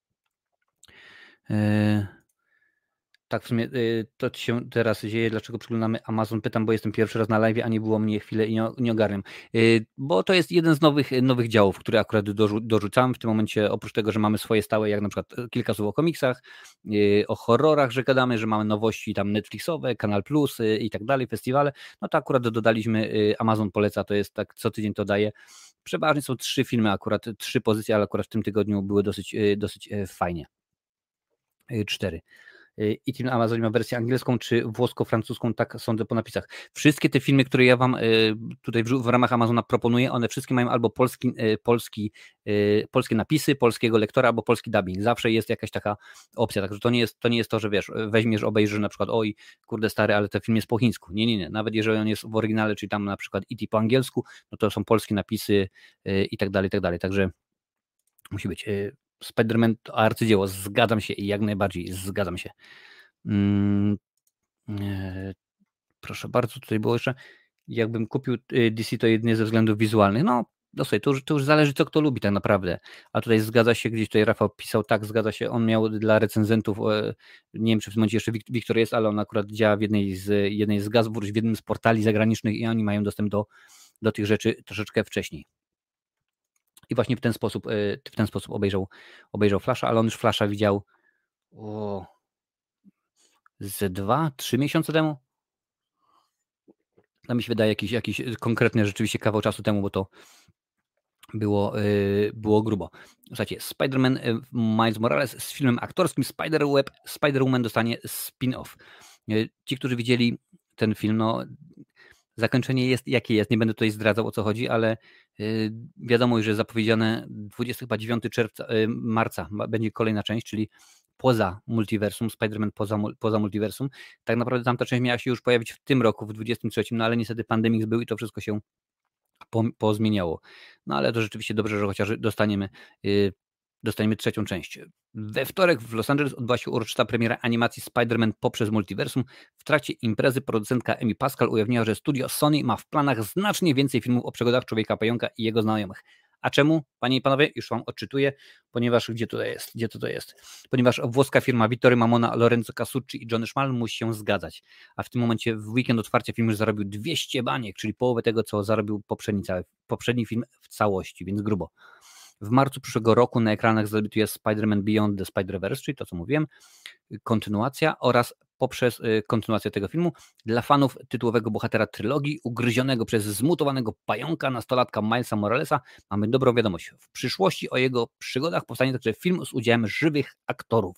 Tak, w sumie to się teraz dzieje. Dlaczego przyglądamy Amazon? Pytam, bo jestem pierwszy raz na live, a nie było mnie chwilę i nie, nie ogarniam. Bo to jest jeden z nowych, nowych działów, który akurat dorzu, dorzucam. W tym momencie, oprócz tego, że mamy swoje stałe, jak na przykład kilka słów o komiksach, o horrorach, że gadamy, że mamy nowości tam Netflixowe, Kanal Plus i tak dalej, festiwale, no to akurat dodaliśmy Amazon Poleca, to jest tak, co tydzień to daje. Przeważnie są trzy filmy, akurat trzy pozycje, ale akurat w tym tygodniu były dosyć, dosyć fajnie. Cztery. I film na Amazonie ma wersję angielską czy włosko-francuską, tak sądzę po napisach. Wszystkie te filmy, które ja wam tutaj w ramach Amazona proponuję, one wszystkie mają albo polski, polski, polskie napisy, polskiego lektora, albo polski dubbing. Zawsze jest jakaś taka opcja, także to nie jest to, nie jest to że wiesz, weźmiesz, obejrzysz na przykład, oj, kurde stary, ale ten film jest po chińsku. Nie, nie, nie. Nawet jeżeli on jest w oryginale, czyli tam na przykład E T po angielsku, no to są polskie napisy i tak dalej, i tak dalej. Także musi być. Spider-Man to arcydzieło, zgadzam się i jak najbardziej zgadzam się. Hmm, e, proszę bardzo, tutaj było jeszcze, jakbym kupił D C to jedynie ze względów wizualnych. No, dosyć, to już, to już zależy, co kto lubi tak naprawdę. A tutaj zgadza się, gdzieś tutaj Rafał pisał, tak, zgadza się, on miał dla recenzentów, e, nie wiem, czy w tym momencie jeszcze Wiktor jest, ale on akurat działa w jednej z, jednej z gazet, w jednym z portali zagranicznych i oni mają dostęp do, do tych rzeczy troszeczkę wcześniej. I właśnie w ten sposób, w ten sposób obejrzał, obejrzał Flasha, ale on już Flasha widział o, ze dwa, trzy miesiące temu. To mi się wydaje jakiś, jakiś konkretny rzeczywiście kawał czasu temu, bo to było, było grubo. Słuchajcie, Spider-Man Miles Morales z filmem aktorskim Spider-Web, Spider-Woman dostanie spin-off. Ci, którzy widzieli ten film, no zakończenie jest jakie jest, nie będę tutaj zdradzał, o co chodzi, ale yy, wiadomo już, że zapowiedziane dwudziestego dziewiątego czerwca, yy, marca będzie kolejna część, czyli poza multiversum, Spider-Man poza, poza multiversum. Tak naprawdę tamta część miała się już pojawić w tym roku, w dwudziestym trzecim, no ale niestety pandemik był i to wszystko się po, pozmieniało. No ale to rzeczywiście dobrze, że chociaż dostaniemy yy, dostaniemy trzecią część. We wtorek w Los Angeles odbyła się uroczysta premiera animacji Spider-Man poprzez multiversum. W trakcie imprezy producentka Amy Pascal ujawniła, że studio Sony ma w planach znacznie więcej filmów o przygodach Człowieka-Pająka i jego znajomych. A czemu, panie i panowie, już wam odczytuję, ponieważ gdzie to jest, gdzie to, to jest? Ponieważ włoska firma Vittorio Mamona, Lorenzo Casucci i Johnny Schmal musi się zgadzać. A w tym momencie w weekend otwarcia film już zarobił dwieście baniek, czyli połowę tego, co zarobił poprzedni, cały, poprzedni film w całości, więc grubo. W marcu przyszłego roku na ekranach zadebiutuje Spider-Man Beyond the Spider-Verse, czyli to, co mówiłem, kontynuacja oraz poprzez y, kontynuację tego filmu dla fanów tytułowego bohatera trylogii, ugryzionego przez zmutowanego pająka nastolatka Milesa Moralesa, mamy dobrą wiadomość. W przyszłości o jego przygodach powstanie także film z udziałem żywych aktorów.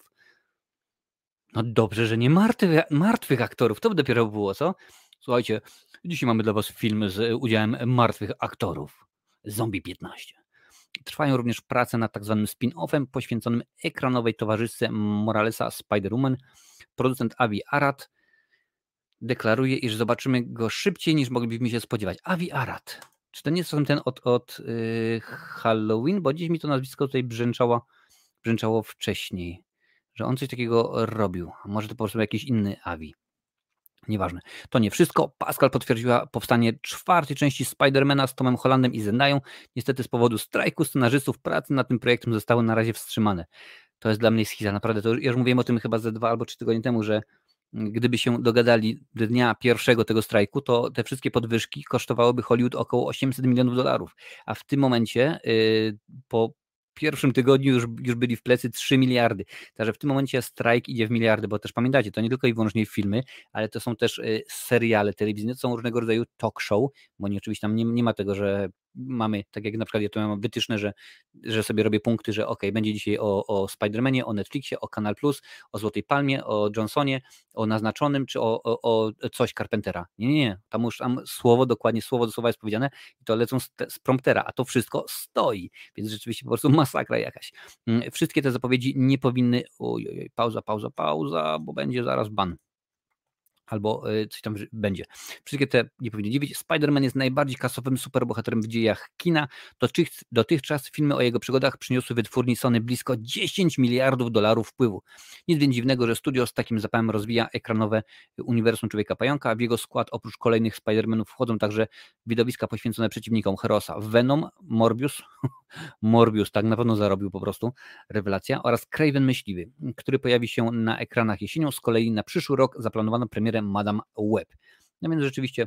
No dobrze, że nie martwych, martwych aktorów, to by dopiero było, co? Słuchajcie, dzisiaj mamy dla was film z udziałem martwych aktorów. Zombie piętnaście. Trwają również prace nad tak zwanym spin-offem poświęconym ekranowej towarzyszce Moralesa Spider-Woman. Producent Avi Arad deklaruje, iż zobaczymy go szybciej niż moglibyśmy się spodziewać. Avi Arad. Czy to nie jest ten od, od yy, Halloween? Bo dziś mi to nazwisko tutaj brzęczało, brzęczało wcześniej, że on coś takiego robił. A może to po prostu jakiś inny Avi. Nieważne. To nie wszystko. Pascal potwierdziła powstanie czwartej części Spidermana z Tomem Hollandem i Zendają. Niestety z powodu strajku scenarzystów pracy nad tym projektem zostały na razie wstrzymane. To jest dla mnie schiza, naprawdę. To już, ja już mówiłem o tym chyba ze dwa albo trzy tygodnie temu, że gdyby się dogadali do dnia pierwszego tego strajku, to te wszystkie podwyżki kosztowałyby Hollywood około osiemset milionów dolarów. A w tym momencie yy, po pierwszym tygodniu już, już byli w plecy trzy miliardy. Także w tym momencie strajk idzie w miliardy, bo też pamiętajcie, to nie tylko i wyłącznie filmy, ale to są też y, seriale telewizyjne, to są różnego rodzaju talk show, bo nie, oczywiście tam nie, nie ma tego, że mamy, tak jak na przykład ja tu mam wytyczne, że, że sobie robię punkty, że ok, będzie dzisiaj o, o Spider-Manie, o Netflixie, o Kanal Plus, o Złotej Palmie, o Johnsonie, o Naznaczonym, czy o, o, o coś Carpentera. Nie, nie, nie, tam już tam słowo, dokładnie słowo do słowa jest powiedziane i to lecą z, z promptera, a to wszystko stoi, więc rzeczywiście po prostu masakra jakaś. Wszystkie te zapowiedzi nie powinny, oj, oj, pauza, pauza, pauza, bo będzie zaraz ban. Albo coś tam będzie. Wszystkie te nie powinny dziwić. Spider-Man jest najbardziej kasowym superbohaterem w dziejach kina. Dotychczas filmy o jego przygodach przyniosły wytwórni Sony blisko dziesięć miliardów dolarów wpływu. Nic więc dziwnego, że studio z takim zapałem rozwija ekranowe uniwersum Człowieka Pająka, a w jego skład oprócz kolejnych Spider-Manów wchodzą także widowiska poświęcone przeciwnikom Herosa. Venom, Morbius, Morbius tak na pewno zarobił po prostu, rewelacja, oraz Kraven Myśliwy, który pojawi się na ekranach jesienią. Z kolei na przyszły rok zaplanowano premierę Madame Web. No więc rzeczywiście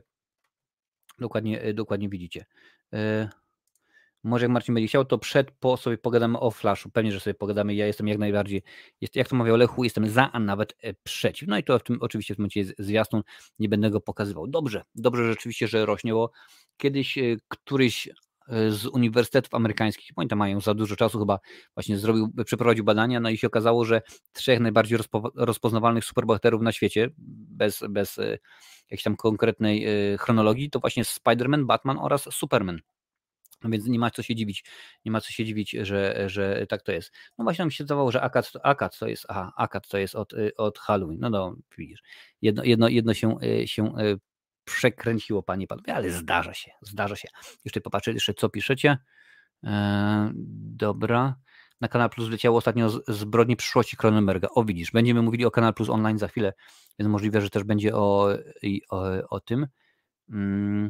dokładnie, dokładnie widzicie. Yy, może jak Marcin będzie chciał, to przed, po sobie pogadamy o Flashu. Pewnie, że sobie pogadamy. Ja jestem jak najbardziej, jest, jak to mawiał Lechu, jestem za, a nawet przeciw. No i to w tym, oczywiście w tym momencie jest zwiastun, nie będę go pokazywał. Dobrze, dobrze rzeczywiście, że rośnie, bo kiedyś któryś z uniwersytetów amerykańskich, oni tam mają za dużo czasu, chyba właśnie zrobił, przeprowadził badania, no i się okazało, że trzech najbardziej rozpo, rozpoznawalnych superbohaterów na świecie, bez, bez jakiejś tam konkretnej chronologii, to właśnie Spider-Man, Batman oraz Superman. No więc nie ma co się dziwić, nie ma co się dziwić, że, że tak to jest. No właśnie nam się zdawało, że Akad, Akad to jest, aha, Akad to jest od, od Halloween. No no, widzisz, jedno, jedno, jedno się, się przekręciło, panie i panowie, ale zdarza się, zdarza się. Jeszcze popatrzę, jeszcze co piszecie. Eee, dobra. Na Kanal Plus leciało ostatnio Zbrodnie przyszłości Cronenberga. O, widzisz, będziemy mówili o Kanal Plus online za chwilę, więc możliwe, że też będzie o, o, o tym. Mm.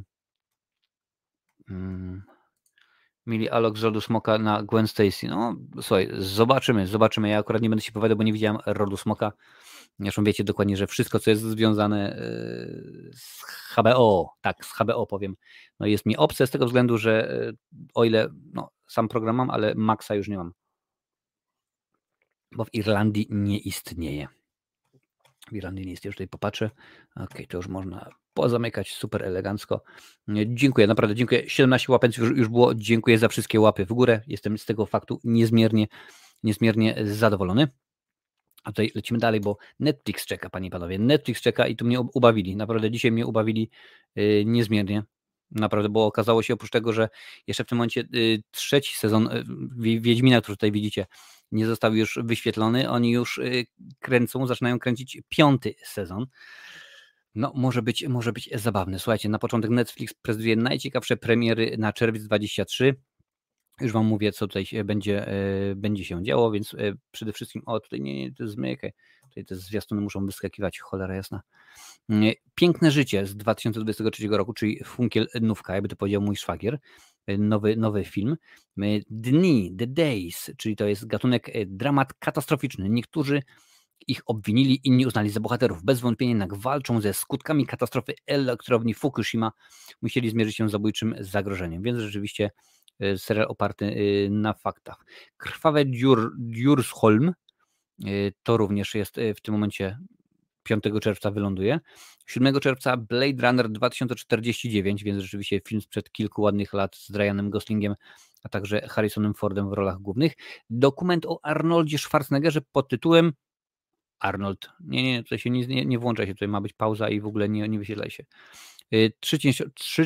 Mm. Mieli Alok z Rodu Smoka na Gwen Stacy. No, słuchaj, zobaczymy, zobaczymy. Ja akurat nie będę się powiadał, bo nie widziałem Rodu Smoka. Zresztą wiecie dokładnie, że wszystko, co jest związane z H B O, tak, z H B O powiem, no jest mi obce z tego względu, że o ile no, sam program mam, ale Maxa już nie mam. Bo w Irlandii nie istnieje. W Irlandii nie istnieje, już tutaj popatrzę. Okej, okay, to już można pozamykać super elegancko. Dziękuję, naprawdę dziękuję. siedemnaście łapęc już, już było. Dziękuję za wszystkie łapy w górę. Jestem z tego faktu niezmiernie, niezmiernie zadowolony. A tutaj lecimy dalej, bo Netflix czeka, panie i panowie. Netflix czeka i tu mnie ubawili. Naprawdę dzisiaj mnie ubawili yy, niezmiernie. Naprawdę, bo okazało się oprócz tego, że jeszcze w tym momencie yy, trzeci sezon yy, Wiedźmina, który tutaj widzicie, nie został już wyświetlony. Oni już yy, kręcą, zaczynają kręcić piąty sezon. No, może być, może być zabawny. Słuchajcie, na początek Netflix prezentuje najciekawsze premiery na czerwiec dwudziesty trzeci. Już wam mówię, co tutaj się będzie, yy, będzie się działo, więc yy, przede wszystkim, o tutaj nie, nie to jest zmykaj, tutaj te zwiastuny muszą wyskakiwać, cholera jasna. Yy, Piękne życie z dwa tysiące dwudziestego trzeciego roku, czyli Funkiel Nówka, jakby to powiedział mój szwagier, yy, nowy, nowy film. Yy, Dni, The Days, czyli to jest gatunek yy, dramat katastroficzny. Niektórzy ich obwinili, inni uznali za bohaterów. Bez wątpienia jednak walczą ze skutkami katastrofy elektrowni Fukushima. Musieli zmierzyć się z zabójczym zagrożeniem, więc rzeczywiście y, serial oparty y, na faktach. Krwawe Djur, Djursholm y, to również jest y, w tym momencie piątego czerwca wyląduje. siódmego czerwca Blade Runner dwa tysiące czterdzieści dziewięć, więc rzeczywiście film sprzed kilku ładnych lat z Ryanem Goslingiem, a także Harrisonem Fordem w rolach głównych. Dokument o Arnoldzie Schwarzeneggerze pod tytułem Arnold. Nie, nie, tutaj się nie, nie, nie włącza się, tutaj ma być pauza i w ogóle nie, nie wysiedlaj się. Trzy, trzy,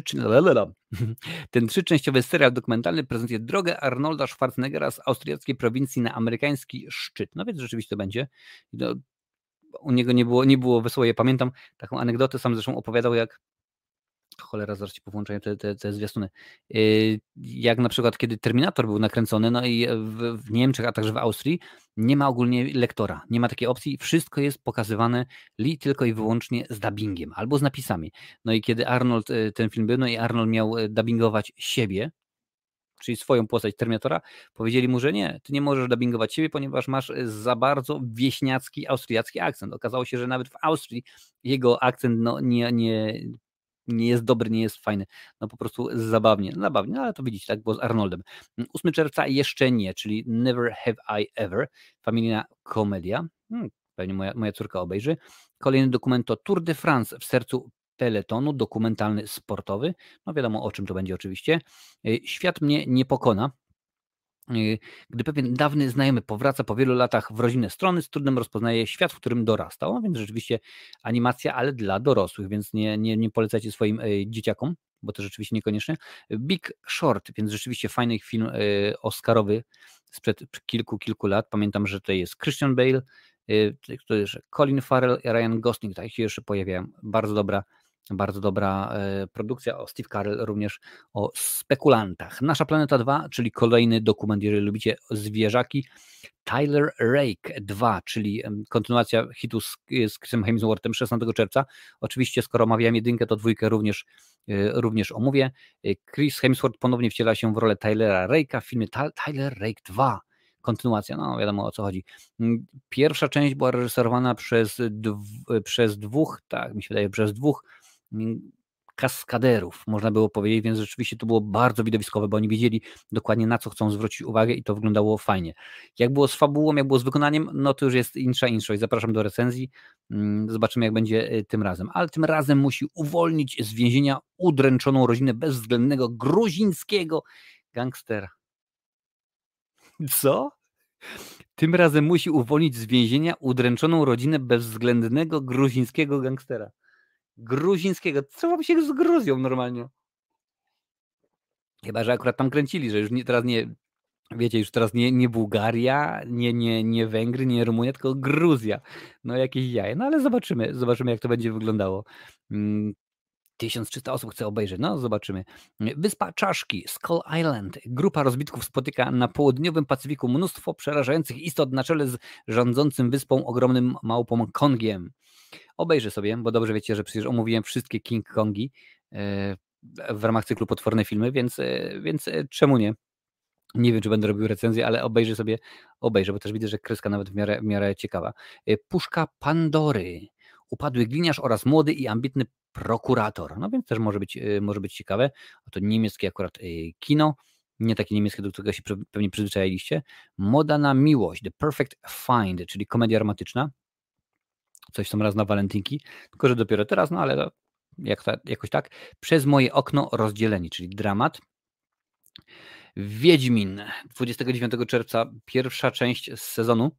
ten trzyczęściowy serial dokumentalny prezentuje drogę Arnolda Schwarzeneggera z austriackiej prowincji na amerykański szczyt. No więc rzeczywiście to będzie. No, u niego nie było, nie było wesoło. Ja pamiętam taką anegdotę, sam zresztą opowiadał, jak cholera, zaraz ci powłączają te, te, te zwiastuny. Yy, jak na przykład, kiedy Terminator był nakręcony, no i w, w Niemczech, a także w Austrii, nie ma ogólnie lektora, nie ma takiej opcji, wszystko jest pokazywane li tylko i wyłącznie z dubbingiem albo z napisami. No i kiedy Arnold, ten film był, no i Arnold miał dubbingować siebie, czyli swoją postać Terminatora, powiedzieli mu, że nie, ty nie możesz dubbingować siebie, ponieważ masz za bardzo wieśniacki, austriacki akcent. Okazało się, że nawet w Austrii jego akcent no, nie, nie, nie jest dobry, nie jest fajny. No po prostu zabawnie, zabawnie, no, ale to widzicie, tak było z Arnoldem. ósmego czerwca jeszcze nie, czyli Never Have I Ever, familijna komedia. Hmm, pewnie moja, moja córka obejrzy. Kolejny dokument to Tour de France w sercu peletonu, dokumentalny, sportowy. No wiadomo, o czym to będzie oczywiście. Świat mnie nie pokona. Gdy pewien dawny znajomy powraca po wielu latach w rodzinne strony, z trudem rozpoznaje świat, w którym dorastał. No więc rzeczywiście animacja, ale dla dorosłych, więc nie, nie, nie polecajcie swoim y, dzieciakom, bo to rzeczywiście niekoniecznie. Big Short, więc rzeczywiście fajny film y, oscarowy sprzed kilku, kilku lat. Pamiętam, że tutaj jest Christian Bale, y, to jest Colin Farrell i Ryan Gosling, tak się jeszcze pojawiają. Bardzo dobra Bardzo dobra e, produkcja, o Steve Carell również, o spekulantach. Nasza Planeta dwa, czyli kolejny dokument, jeżeli lubicie zwierzaki. Tyler Rake dwa, czyli kontynuacja hitu z, z Chrisem Hemsworthem szesnastego czerwca. Oczywiście, skoro omawiałem jedynkę, to dwójkę również, e, również omówię. Chris Hemsworth ponownie wciela się w rolę Tylera Rake'a w filmie Tyler Rake dwa. Kontynuacja, no wiadomo o co chodzi. Pierwsza część była reżyserowana przez, dw- przez dwóch, tak mi się wydaje, przez dwóch kaskaderów, można było powiedzieć, więc rzeczywiście to było bardzo widowiskowe, bo oni wiedzieli dokładnie, na co chcą zwrócić uwagę i to wyglądało fajnie. Jak było z fabułą, jak było z wykonaniem, no to już jest insza inszość. Zapraszam do recenzji, zobaczymy, jak będzie tym razem. Ale tym razem musi uwolnić z więzienia udręczoną rodzinę bezwzględnego gruzińskiego gangstera. Co? Tym razem musi uwolnić z więzienia udręczoną rodzinę bezwzględnego gruzińskiego gangstera. Gruzińskiego. Co wam się z Gruzją normalnie? Chyba że akurat tam kręcili, że już nie, teraz nie, wiecie, już teraz nie, nie Bułgaria, nie, nie, nie Węgry, nie Rumunia, tylko Gruzja. No jakieś jaje. No ale zobaczymy, zobaczymy jak to będzie wyglądało. Hmm. tysiąc trzysta osób chce obejrzeć, no zobaczymy. Wyspa Czaszki, Skull Island. Grupa rozbitków spotyka na południowym Pacyfiku mnóstwo przerażających istot na czele z rządzącym wyspą ogromnym małpą Kongiem. Obejrzę sobie, bo dobrze wiecie, że przecież omówiłem wszystkie King Kongi w ramach cyklu Potworne Filmy, więc, więc czemu nie? Nie wiem, czy będę robił recenzję, ale obejrzę sobie, obejrzę, bo też widzę, że kreska nawet w miarę, w miarę ciekawa. Puszka Pandory. Upadły gliniarz oraz młody i ambitny prokurator. No więc też może być, może być ciekawe. To niemieckie akurat kino, nie takie niemieckie, do którego się pewnie przyzwyczailiście. Moda na miłość, The Perfect Find, czyli komedia romantyczna. Coś tam raz na walentynki, tylko że dopiero teraz, no ale jak ta, jakoś tak. Przez moje okno rozdzieleni, czyli dramat. Wiedźmin, dwudziestego dziewiątego czerwca, pierwsza część z sezonu.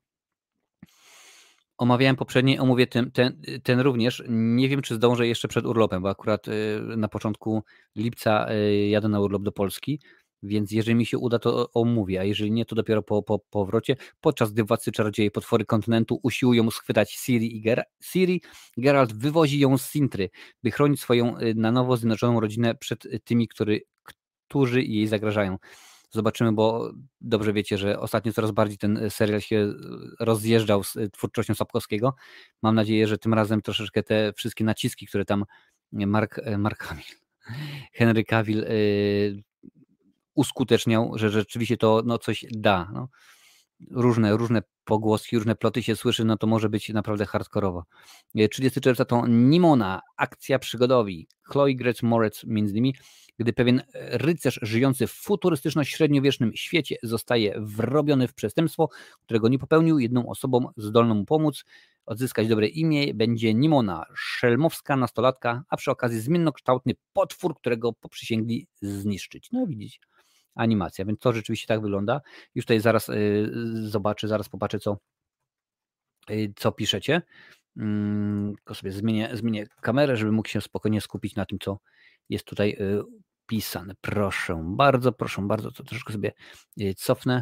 Omawiałem poprzedniej, omówię ten, ten, ten również. Nie wiem, czy zdążę jeszcze przed urlopem, bo akurat na początku lipca jadę na urlop do Polski, więc jeżeli mi się uda, to omówię, a jeżeli nie, to dopiero po, po powrocie, podczas gdy władcy czarodzieje potwory kontynentu usiłują schwytać Ciri i Ger Ciri, Geralt wywozi ją z Sintry, by chronić swoją na nowo zjednoczoną rodzinę przed tymi, który, którzy jej zagrażają. Zobaczymy, bo dobrze wiecie, że ostatnio coraz bardziej ten serial się rozjeżdżał z twórczością Sapkowskiego. Mam nadzieję, że tym razem troszeczkę te wszystkie naciski, które tam Mark, Mark Hamill, Henry Cavill yy, uskuteczniał, że rzeczywiście to no, coś da. No. Różne, różne pogłoski, różne ploty się słyszy, no to może być naprawdę hardkorowo. trzydziestego czerwca to Nimona, akcja przygodowi. Chloe Grace Moretz między innymi. gdy pewien rycerz żyjący w futurystyczno-średniowiecznym świecie zostaje wrobiony w przestępstwo, którego nie popełnił, jedną osobą zdolną mu pomóc odzyskać dobre imię będzie Nimona, szelmowska nastolatka, a przy okazji zmiennokształtny potwór, którego poprzysięgli zniszczyć. No widzicie, animacja, więc to rzeczywiście tak wygląda. Już tutaj zaraz y, zobaczę, zaraz popatrzę, co, y, co piszecie. Mm, tylko sobie zmienię, zmienię kamerę, żeby mógł się spokojnie skupić na tym, co jest tutaj y, pisane. Proszę bardzo, proszę bardzo, to troszkę sobie y, cofnę.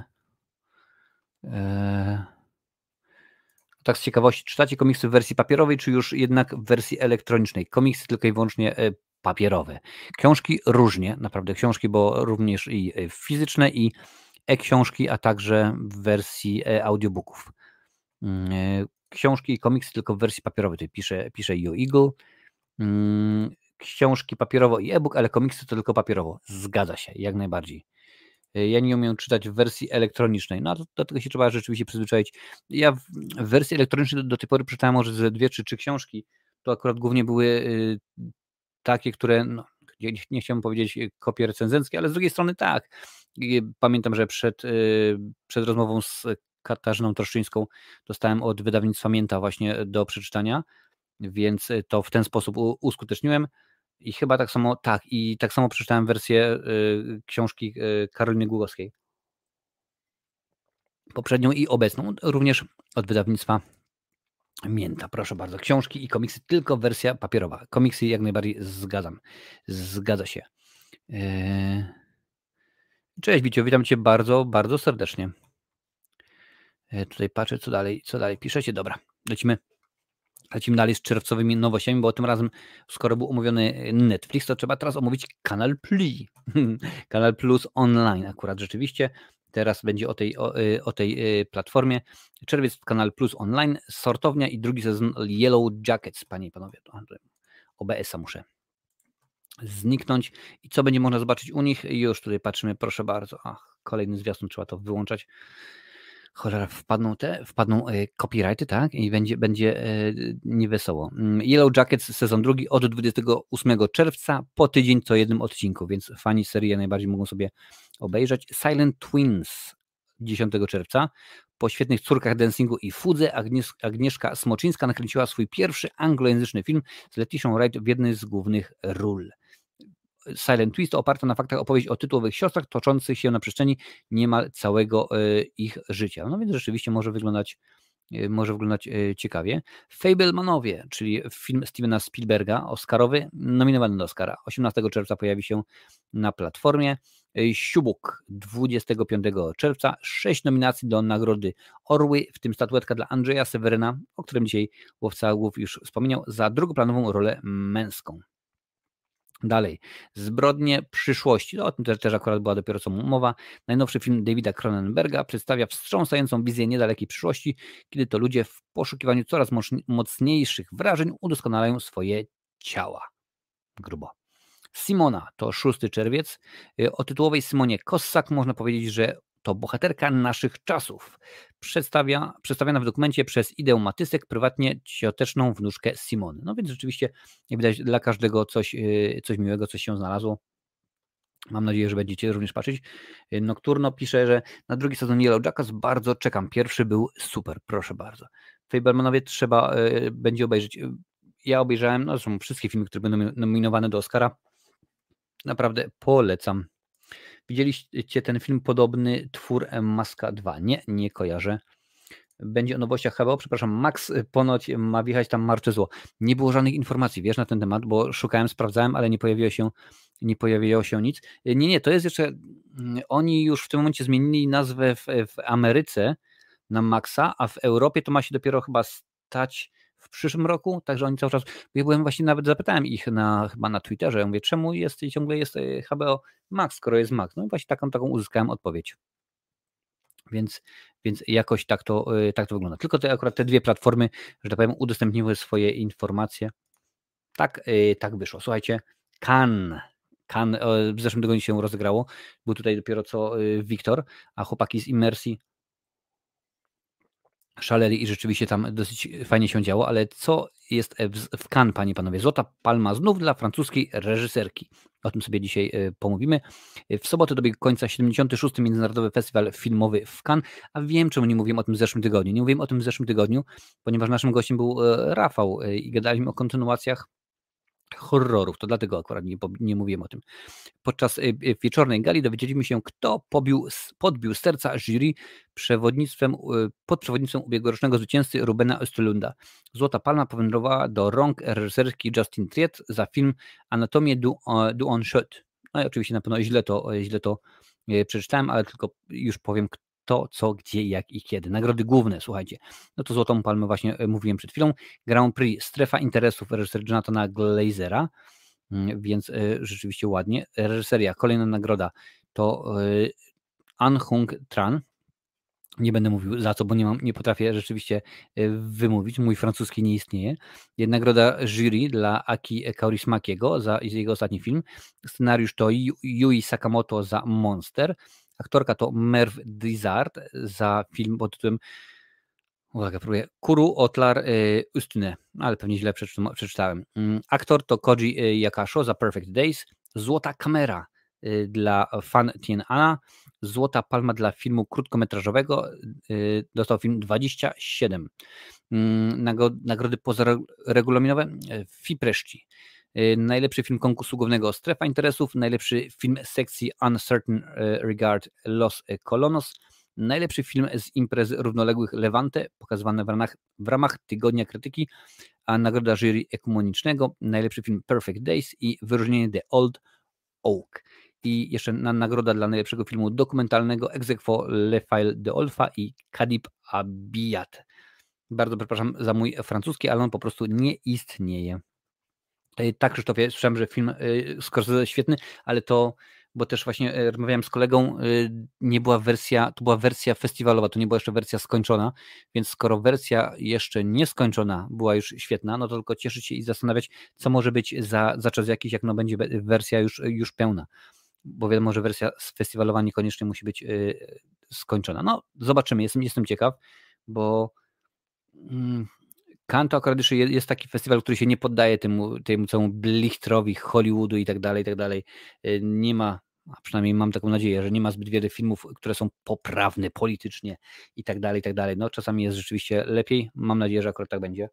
Eee... Tak z ciekawości, czytacie komiksy w wersji papierowej, czy już jednak w wersji elektronicznej? Komiksy tylko i wyłącznie y, papierowe. Książki różnie, naprawdę książki, bo również i fizyczne, i e-książki, a także w wersji audiobooków. Y, książki i komiksy tylko w wersji papierowej. Tutaj pisze, pisze You Eagle. Książki papierowo i e-book, ale komiksy to tylko papierowo. Zgadza się, jak najbardziej. Ja nie umiem czytać w wersji elektronicznej. No, do tego się trzeba rzeczywiście przyzwyczaić. Ja w, w wersji elektronicznej do, do tej pory przeczytałem może ze dwie czy trzy książki. To akurat głównie były y, takie, które, no, nie, nie chciałbym powiedzieć kopie recenzenckie, ale z drugiej strony tak. I pamiętam, że przed, y, przed rozmową z Katarzyną Troszczyńską dostałem od wydawnictwa Mięta właśnie do przeczytania, więc to w ten sposób u, uskuteczniłem. I chyba tak samo, tak, i tak samo przeczytałem wersję y, książki y, Karoliny Głogowskiej. Poprzednią i obecną, również od wydawnictwa Mięta. Proszę bardzo, książki i komiksy, tylko wersja papierowa. Komiksy jak najbardziej zgadzam. Zgadza się. Yy... Cześć Wiciu, witam Cię bardzo, bardzo serdecznie. Yy, tutaj patrzę, co dalej, co dalej piszecie. Dobra, lecimy. Lecimy dalej z czerwcowymi nowościami, bo tym razem, skoro był omówiony Netflix, to trzeba teraz omówić Kanal Plus. Kanal Plus Online akurat rzeczywiście. Teraz będzie o tej, o, o tej platformie. Czerwiec w Kanal Plus Online, sortownia i drugi sezon Yellow Jackets, panie i panowie. O B S a muszę zniknąć. I co będzie można zobaczyć u nich? Już tutaj patrzymy, proszę bardzo. Ach, kolejny zwiastun, trzeba to wyłączać. Cholera, wpadną te, wpadną e, copyrighty, tak? I będzie, będzie e, niewesoło. Yellow Jackets, sezon drugi od dwudziestego ósmego czerwca, po tydzień co jednym odcinku, więc fani serii najbardziej mogą sobie obejrzeć. Silent Twins dziesiątego czerwca. Po świetnych córkach dancingu i fudze Agniesz, Agnieszka Smoczyńska nakręciła swój pierwszy anglojęzyczny film z Letitią Wright w jednej z głównych ról. Silent Twist to oparta na faktach opowieść o tytułowych siostrach toczących się na przestrzeni niemal całego y, ich życia. No więc rzeczywiście może wyglądać, y, może wyglądać y, ciekawie. Fablemanowie, czyli film Stevena Spielberga, oscarowy, nominowany do Oscara. osiemnastego czerwca pojawi się na platformie. Y, Siubuk dwudziestego piątego czerwca. Sześć nominacji do nagrody Orły, w tym statuetka dla Andrzeja Seweryna, o którym dzisiaj Łowca Głów już wspomniał, za drugoplanową rolę męską. Dalej, Zbrodnie przyszłości, no, o tym też, też akurat była dopiero co mowa. Najnowszy film Davida Cronenberga przedstawia wstrząsającą wizję niedalekiej przyszłości, kiedy to ludzie w poszukiwaniu coraz mocniejszych wrażeń udoskonalają swoje ciała. Grubo. Simona to szósty czerwiec. O tytułowej Simonie Kossak można powiedzieć, że to bohaterka naszych czasów. Przedstawia, przedstawiana w dokumencie przez Idę Matysek, prywatnie cioteczną wnuczkę Simony. No więc rzeczywiście, jak widać, dla każdego coś, coś miłego, coś się znalazło. Mam nadzieję, że będziecie również patrzeć. Nocturno pisze, że na drugi sezon Yellow Jackets bardzo czekam. Pierwszy był super, proszę bardzo. Fablemanowie trzeba y, będzie obejrzeć. Ja obejrzałem, no zresztą wszystkie filmy, które będą nominowane do Oscara. Naprawdę polecam. Widzieliście ten film podobny, Twór Maska dwa? Nie, nie kojarzę. Będzie o nowościach H B O, przepraszam, Max ponoć ma wjechać tam Marcze Zło. Nie było żadnych informacji, wiesz, na ten temat, bo szukałem, sprawdzałem, ale nie pojawiło się, nie pojawiło się nic. Nie, nie, to jest jeszcze, oni już w tym momencie zmienili nazwę w, w Ameryce na Maxa, a w Europie to ma się dopiero chyba stać w przyszłym roku, także oni cały czas, ja byłem właśnie, nawet zapytałem ich na, chyba na Twitterze, ja mówię, czemu jest, ciągle jest H B O Max, skoro jest Max? No i właśnie taką, taką uzyskałem odpowiedź. Więc, więc jakoś tak to, tak to wygląda. Tylko te akurat te dwie platformy, że tak powiem, udostępniły swoje informacje. Tak, tak wyszło. Słuchajcie, Cannes. Cannes w zeszłym tygodniu się rozegrało. Był tutaj dopiero co Wiktor, a chłopaki z Immersji szaleli i rzeczywiście tam dosyć fajnie się działo, ale co jest w Cannes, panie i panowie? Złota Palma znów dla francuskiej reżyserki. O tym sobie dzisiaj pomówimy. W sobotę dobiegł końca siedemdziesiąty szósty Międzynarodowy Festiwal Filmowy w Cannes, a wiem, czemu nie mówiłem o tym w zeszłym tygodniu. Nie mówiłem o tym w zeszłym tygodniu, ponieważ naszym gościem był Rafał i gadaliśmy o kontynuacjach horrorów, to dlatego akurat nie, nie mówiłem o tym. Podczas wieczornej gali dowiedzieliśmy się, kto pobił, podbił serca jury przewodnictwem, pod przewodnictwem ubiegłorocznego zwycięzcy Rubena Östlunda. Złota Palma powędrowała do rąk reżyserki Justine Triet za film Anatomię du, du Enchant. No i oczywiście na pewno źle to, źle to przeczytałem, ale tylko już powiem kto, co, gdzie, jak i kiedy. Nagrody główne, słuchajcie. No to Złotą Palmę właśnie mówiłem przed chwilą. Grand Prix Strefa Interesów reżyser Jonathana Glazera, więc rzeczywiście ładnie. Reżyseria, kolejna nagroda to An Hung Tran. Nie będę mówił za co, bo nie, mam, nie potrafię rzeczywiście wymówić. Mój francuski nie istnieje. Nagroda jury dla Aki Kaurismäkiego za jego ostatni film. Scenariusz to Yui Sakamoto za Monster. Aktorka to Merv Dizard za film pod tytułem uwaga, próbuję. Kuru Otlar Üstüne, ale pewnie źle przeczytałem. Aktor to Koji Yakasho za Perfect Days. Złota kamera dla Fan Tien Anna. Złota palma dla filmu krótkometrażowego. Dostał film dwadzieścia siedem. Nagrody pozaregulaminowe Fipreszci. Najlepszy film konkursu głównego Strefa Interesów. Najlepszy film sekcji Uncertain Regard Los Colonos. Najlepszy film z imprez równoległych Levante, pokazywany w ramach, w ramach Tygodnia Krytyki, a nagroda jury ekumenicznego, najlepszy film Perfect Days i wyróżnienie The Old Oak. I jeszcze na, nagroda dla najlepszego filmu dokumentalnego ex aequo Le File de Olfa i Kadib Abiyat. Bardzo przepraszam za mój francuski, ale on po prostu nie istnieje. Tak, Krzysztofie, słyszałem, że film Scorsese świetny, ale to, bo też właśnie rozmawiałem z kolegą, nie była wersja, to była wersja festiwalowa, to nie była jeszcze wersja skończona, więc skoro wersja jeszcze nieskończona była już świetna, no to tylko cieszyć się i zastanawiać, co może być za, za czas jakiś, jak no będzie wersja już, już pełna, bo wiadomo, że wersja festiwalowa niekoniecznie musi być skończona. No, zobaczymy, jestem, jestem ciekaw, bo... Mm, Cannes to akurat jeszcze jest taki festiwal, który się nie poddaje temu, temu całemu blichtrowi Hollywoodu i tak dalej, i tak dalej. Nie ma, a przynajmniej mam taką nadzieję, że nie ma zbyt wiele filmów, które są poprawne politycznie i tak dalej, i tak dalej. No czasami jest rzeczywiście lepiej. Mam nadzieję, że akurat tak będzie.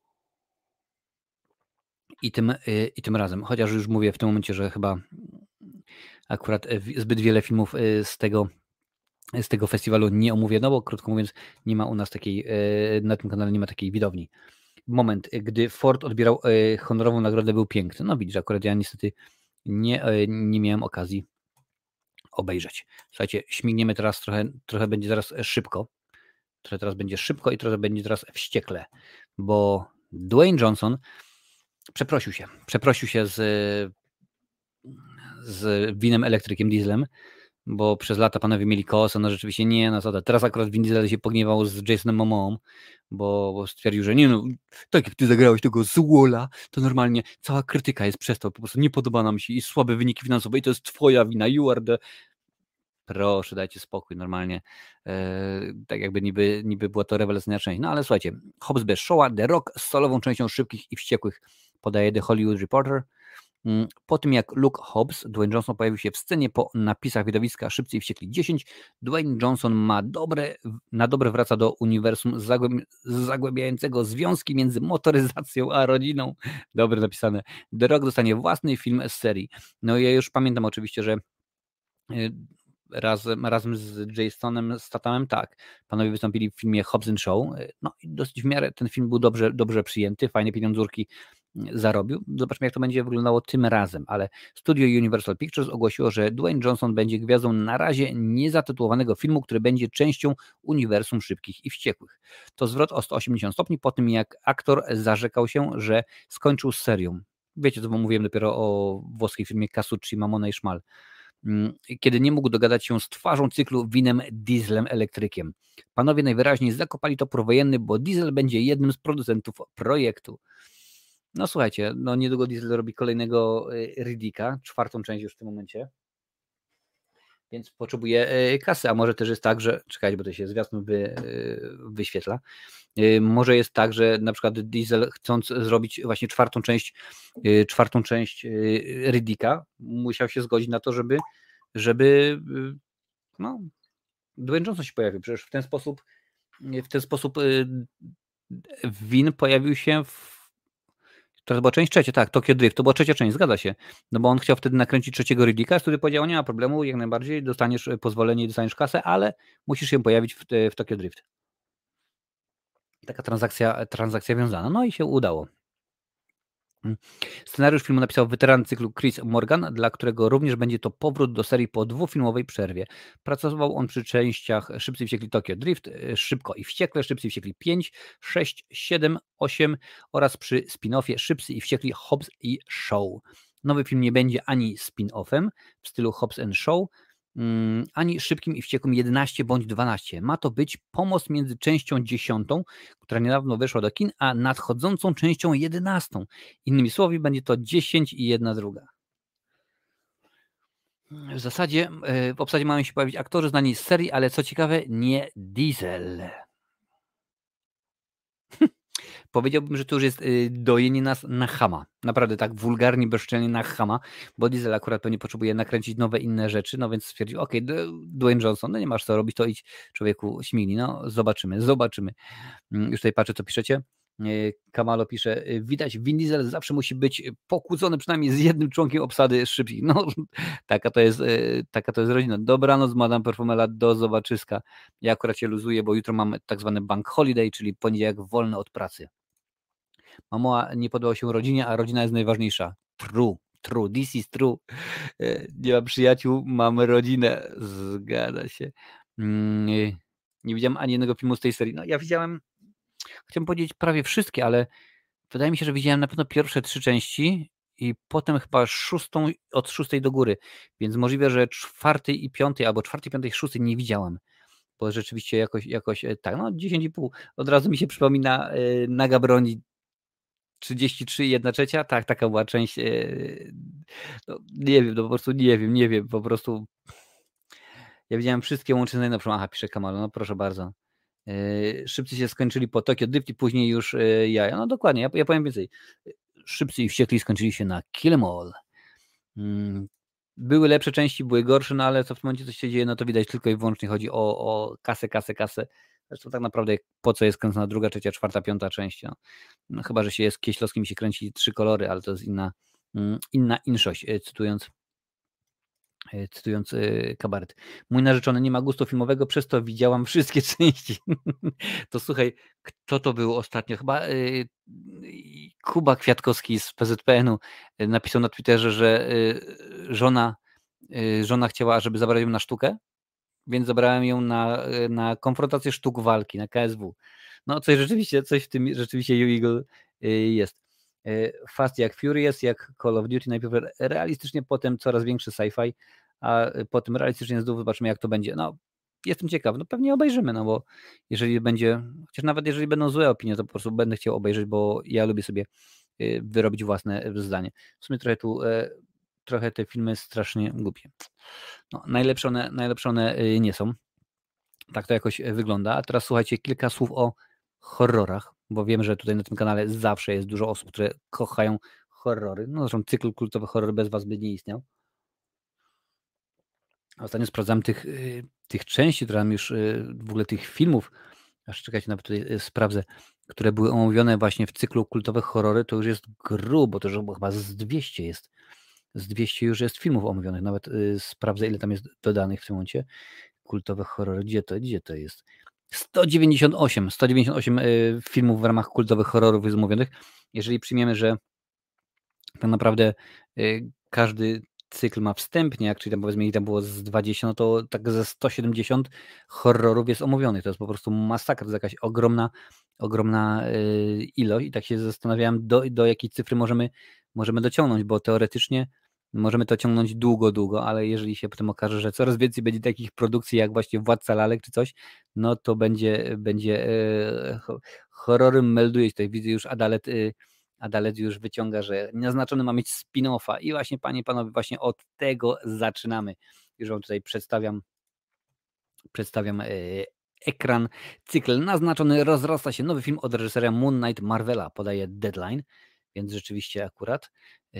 I tym, i tym razem, chociaż już mówię w tym momencie, że chyba akurat zbyt wiele filmów z tego z tego festiwalu nie omówię, no bo krótko mówiąc, nie ma u nas takiej, na tym kanale nie ma takiej widowni. Moment, gdy Ford odbierał e, honorową nagrodę, był piękny. No widzisz, akurat ja niestety nie, e, nie miałem okazji obejrzeć. Słuchajcie, śmigniemy teraz trochę, trochę będzie zaraz szybko. Trochę teraz będzie szybko i trochę będzie teraz wściekle, bo Dwayne Johnson przeprosił się. Przeprosił się z, z Vinem Elektrykiem, Dieslem, bo przez lata panowie mieli kosa, no rzeczywiście nie, no co to. Teraz akurat Vin Diesel się pogniewał z Jasonem Momoą, bo, bo stwierdził, że nie no, tak jak ty zagrałeś tego Zwola, to normalnie cała krytyka jest przez to, po prostu nie podoba nam się i słabe wyniki finansowe i to jest twoja wina, you are the... Proszę, dajcie spokój, normalnie, eee, tak jakby niby, niby była to rewelacyjna część. No ale słuchajcie, Hobbs bez Showa, The Rock z solową częścią Szybkich i Wściekłych podaje The Hollywood Reporter. Po tym jak Luke Hobbs, Dwayne Johnson pojawił się w scenie po napisach widowiska Szybcy i Wściekli dziesięć, Dwayne Johnson ma dobre, na dobre wraca do uniwersum zagłębiającego związki między motoryzacją a rodziną. Dobre napisane. The Rock dostanie własny film z serii. No ja już pamiętam oczywiście, że razem, razem z Jasonem Stathamem, tak, panowie wystąpili w filmie Hobbs and Show. No i dosyć w miarę ten film był dobrze, dobrze przyjęty, fajne pieniądzurki zarobił. Zobaczmy, jak to będzie wyglądało tym razem, ale studio Universal Pictures ogłosiło, że Dwayne Johnson będzie gwiazdą na razie niezatytułowanego filmu, który będzie częścią uniwersum Szybkich i Wściekłych. To zwrot o sto osiemdziesiąt stopni po tym, jak aktor zarzekał się, że skończył z serią. Wiecie, co wam mówiłem dopiero o włoskiej filmie Casucci, Mamona i Szmal. Kiedy nie mógł dogadać się z twarzą cyklu Vinem Dieslem Elektrykiem. Panowie najwyraźniej zakopali topór wojenny, bo Diesel będzie jednym z producentów projektu. No słuchajcie, no niedługo Diesel robi kolejnego Riddicka, czwartą część już w tym momencie. więc potrzebuje y, kasy, a może też jest tak, że, czekajcie, bo to się zwiastun wy, y, wyświetla, y, może jest tak, że na przykład Diesel, chcąc zrobić właśnie czwartą część, y, czwartą część y, Riddicka, musiał się zgodzić na to, żeby, żeby y, no, Dwayne Johnson się pojawił. Przecież w ten sposób w ten sposób y, Win pojawił się w to była część trzecia, tak, Tokyo Drift, to była trzecia część, zgadza się, no bo on chciał wtedy nakręcić trzeciego Riddicka, który powiedział, nie ma problemu, jak najbardziej, dostaniesz pozwolenie i dostaniesz kasę, ale musisz się pojawić w, w Tokyo Drift. Taka transakcja, transakcja wiązana, no i się udało. Scenariusz filmu napisał weteran cyklu Chris Morgan, dla którego również będzie to powrót do serii po dwufilmowej przerwie. Pracował on przy częściach Szybcy i Wściekli Tokyo Drift, Szybko i Wściekle, Szybcy i Wściekli pięć, sześć, siedem, osiem oraz przy spin-offie Szybcy i Wściekli Hobbs i Show. Nowy film nie będzie ani spin-offem w stylu Hobbs and Show, ani Szybkim i Wściekłym jedenaście bądź dwanaście. Ma to być pomost między częścią dziesiątą, która niedawno weszła do kin, a nadchodzącą częścią jedenastą. Innymi słowy, będzie to dziesięć i jedna druga. W zasadzie w obsadzie mają się pojawić aktorzy znani z serii, ale co ciekawe, nie Diesel. Powiedziałbym, że to już jest dojenie nas na chama. Naprawdę tak wulgarnie, bezczelnie na chama, bo Diesel akurat pewnie potrzebuje nakręcić nowe, inne rzeczy, no więc stwierdził, okej, okay, Dwayne Johnson, no nie masz co robić, to idź człowieku śmignij, no zobaczymy, zobaczymy. Już tutaj patrzę, co piszecie. Kamalo pisze, widać, Vin Diesel zawsze musi być pokłócony przynajmniej z jednym członkiem obsady szybciej. No, taka to jest, taka to jest rodzina. Dobranoc, Madame Perfumela, do zobaczyska. Ja akurat się luzuję, bo jutro mam tak zwany bank holiday, czyli poniedziałek wolny od pracy. Mamo, nie podoba się rodzinie, a rodzina jest najważniejsza. True, true, this is true. Nie mam przyjaciół, mamy rodzinę. Zgadza się. Nie, nie widziałem ani jednego filmu z tej serii. No ja widziałem, chciałem powiedzieć prawie wszystkie, ale wydaje mi się, że widziałem na pewno pierwsze trzy części i potem chyba szóstą, od szóstej do góry, więc możliwe, że czwartej i piątej, albo czwartej, piątej, szóstej nie widziałem, bo rzeczywiście jakoś, jakoś tak, no dziesięć i pół. Od razu mi się przypomina yy, Naga Broni trzydzieści trzy i jedna trzecia, tak, taka była część, yy, no, nie wiem, no po prostu nie wiem, nie wiem, po prostu ja widziałem wszystkie łącznie z najnowszą, aha, pisze Kamal, no proszę bardzo. Yy, Szybcy się skończyli po Tokyo Drift i później już yy, jaja. No dokładnie, ja, ja powiem więcej. Szybcy i Wściekli skończyli się na Kill 'Em All. Yy, były lepsze części, były gorsze, no ale co w tym momencie coś się dzieje, no to widać tylko i wyłącznie chodzi o, o kasę, kasę, kasę. Zresztą tak naprawdę po co jest kręcona druga, trzecia, czwarta, piąta część. No, no chyba, że się jest Kieślowskim się kręci trzy kolory, ale to jest inna, yy, inna inszość, yy, cytując cytując yy, kabaret. Mój narzeczony nie ma gustu filmowego, przez to widziałam wszystkie części. To słuchaj, kto to był ostatnio? Chyba yy, Kuba Kwiatkowski z P Z P N u yy, napisał na Twitterze, że yy, żona, yy, żona chciała, żeby zabrać ją na sztukę, więc zabrałem ją na, yy, na konfrontację sztuk walki, na K S W. No coś rzeczywiście, coś w tym rzeczywiście You Eagle yy, jest. Fast jak Furious, jak Call of Duty, najpierw realistycznie, potem coraz większy sci-fi, a potem realistycznie znów zobaczymy, jak to będzie. No, jestem ciekaw, no pewnie obejrzymy, no bo jeżeli będzie, chociaż nawet jeżeli będą złe opinie, to po prostu będę chciał obejrzeć, bo ja lubię sobie wyrobić własne zdanie. W sumie trochę tu, trochę te filmy strasznie głupie. No, najlepsze one, najlepsze one nie są. Tak to jakoś wygląda. A teraz słuchajcie, kilka słów o horrorach, bo wiem, że tutaj na tym kanale zawsze jest dużo osób, które kochają horrory. No zresztą cykl kultowy horror bez was by nie istniał. Ostatnio sprawdzam tych, tych części, które mam już w ogóle tych filmów, aż czekajcie, nawet tutaj sprawdzę, które były omówione właśnie w cyklu kultowe horrory, to już jest grubo, to już chyba z dwieście jest. Z dwieście już jest filmów omówionych, nawet sprawdzę, ile tam jest dodanych w tym momencie. Kultowe horrory, gdzie to, gdzie to jest? sto dziewięćdziesiąt osiem, sto dziewięćdziesiąt osiem y, filmów w ramach kultowych horrorów jest omówionych. Jeżeli przyjmiemy, że tak naprawdę y, każdy cykl ma wstępniak, czyli tam powiedzmy tam było z dwadzieścia, no to tak ze sto siedemdziesiąt horrorów jest omówionych. To jest po prostu masakra, to jest jakaś ogromna, ogromna y, ilość i tak się zastanawiałem, do, do jakiej cyfry możemy, możemy dociągnąć, bo teoretycznie możemy to ciągnąć długo, długo, ale jeżeli się potem okaże, że coraz więcej będzie takich produkcji jak właśnie Władca Lalek czy coś, no to będzie, będzie e, horrory melduje się tutaj. Widzę już Adalet, e, Adalet już wyciąga, że naznaczony ma mieć spin-offa i właśnie panie i panowie, właśnie od tego zaczynamy. Już Wam tutaj przedstawiam przedstawiam e, ekran. Cykl naznaczony rozrasta się. Nowy film od reżysera Moon Knight Marvela, podaje Deadline, więc rzeczywiście akurat e,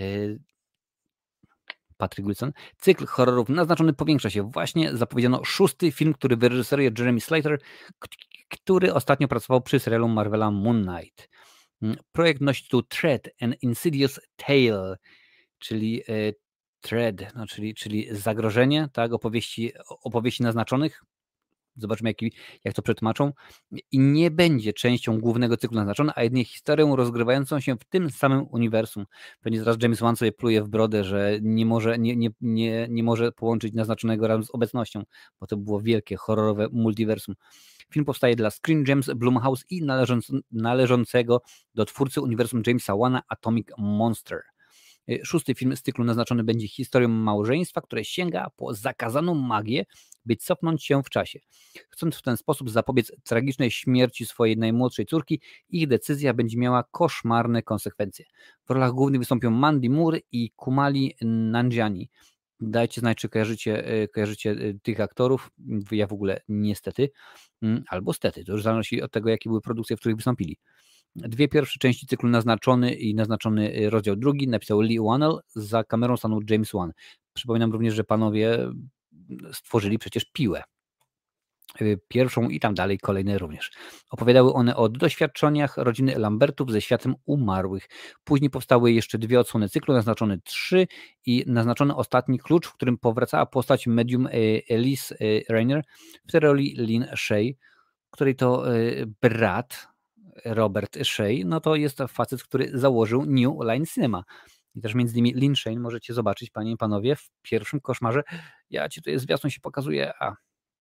Patrick Wilson. Cykl horrorów naznaczony powiększa się. Właśnie zapowiedziano szósty film, który wyreżyseruje Jeremy Slater, k- który ostatnio pracował przy serialu Marvela Moon Knight. Mm, Projekt nosi tu Thread, an Insidious Tale, czyli e, Thread, no, czyli, czyli zagrożenie, tak, opowieści, opowieści naznaczonych. Zobaczymy, jak, jak to przetłumaczą. I nie będzie częścią głównego cyklu naznaczona, a jedynie historią rozgrywającą się w tym samym uniwersum. Pewnie zaraz James Wan sobie pluje w brodę, że nie może, nie, nie, nie, nie może połączyć naznaczonego razem z obecnością, bo to było wielkie, horrorowe multiversum. Film powstaje dla Screen Gems, Blumhouse i należąc, należącego do twórcy uniwersum Jamesa Wana Atomic Monster. Szósty film z cyklu naznaczony będzie historią małżeństwa, które sięga po zakazaną magię, by cofnąć się w czasie. Chcąc w ten sposób zapobiec tragicznej śmierci swojej najmłodszej córki, ich decyzja będzie miała koszmarne konsekwencje. W rolach głównych wystąpią Mandy Moore i Kumali Nanjiani. Dajcie znać, czy kojarzycie, kojarzycie tych aktorów. Ja w ogóle niestety, albo stety. To już zależy od tego, jakie były produkcje, w których wystąpili. Dwie pierwsze części cyklu naznaczony i naznaczony rozdział drugi napisał Lee Whannell, za kamerą stanął James Wan. Przypominam również, że panowie stworzyli przecież Piłę. Pierwszą i tam dalej kolejne również. Opowiadały one o doświadczeniach rodziny Lambertów ze światem umarłych. Później powstały jeszcze dwie odsłony cyklu, naznaczony trzy i naznaczony ostatni klucz, w którym powracała postać medium Elise Rainer w tej roli Lin Shay, której to brat Robert Shea, no to jest to facet, który założył New Line Cinema. I też między innymi Lin Shay możecie zobaczyć, panie i panowie, w pierwszym koszmarze. Ja ci tutaj zwiastun się pokazuje, a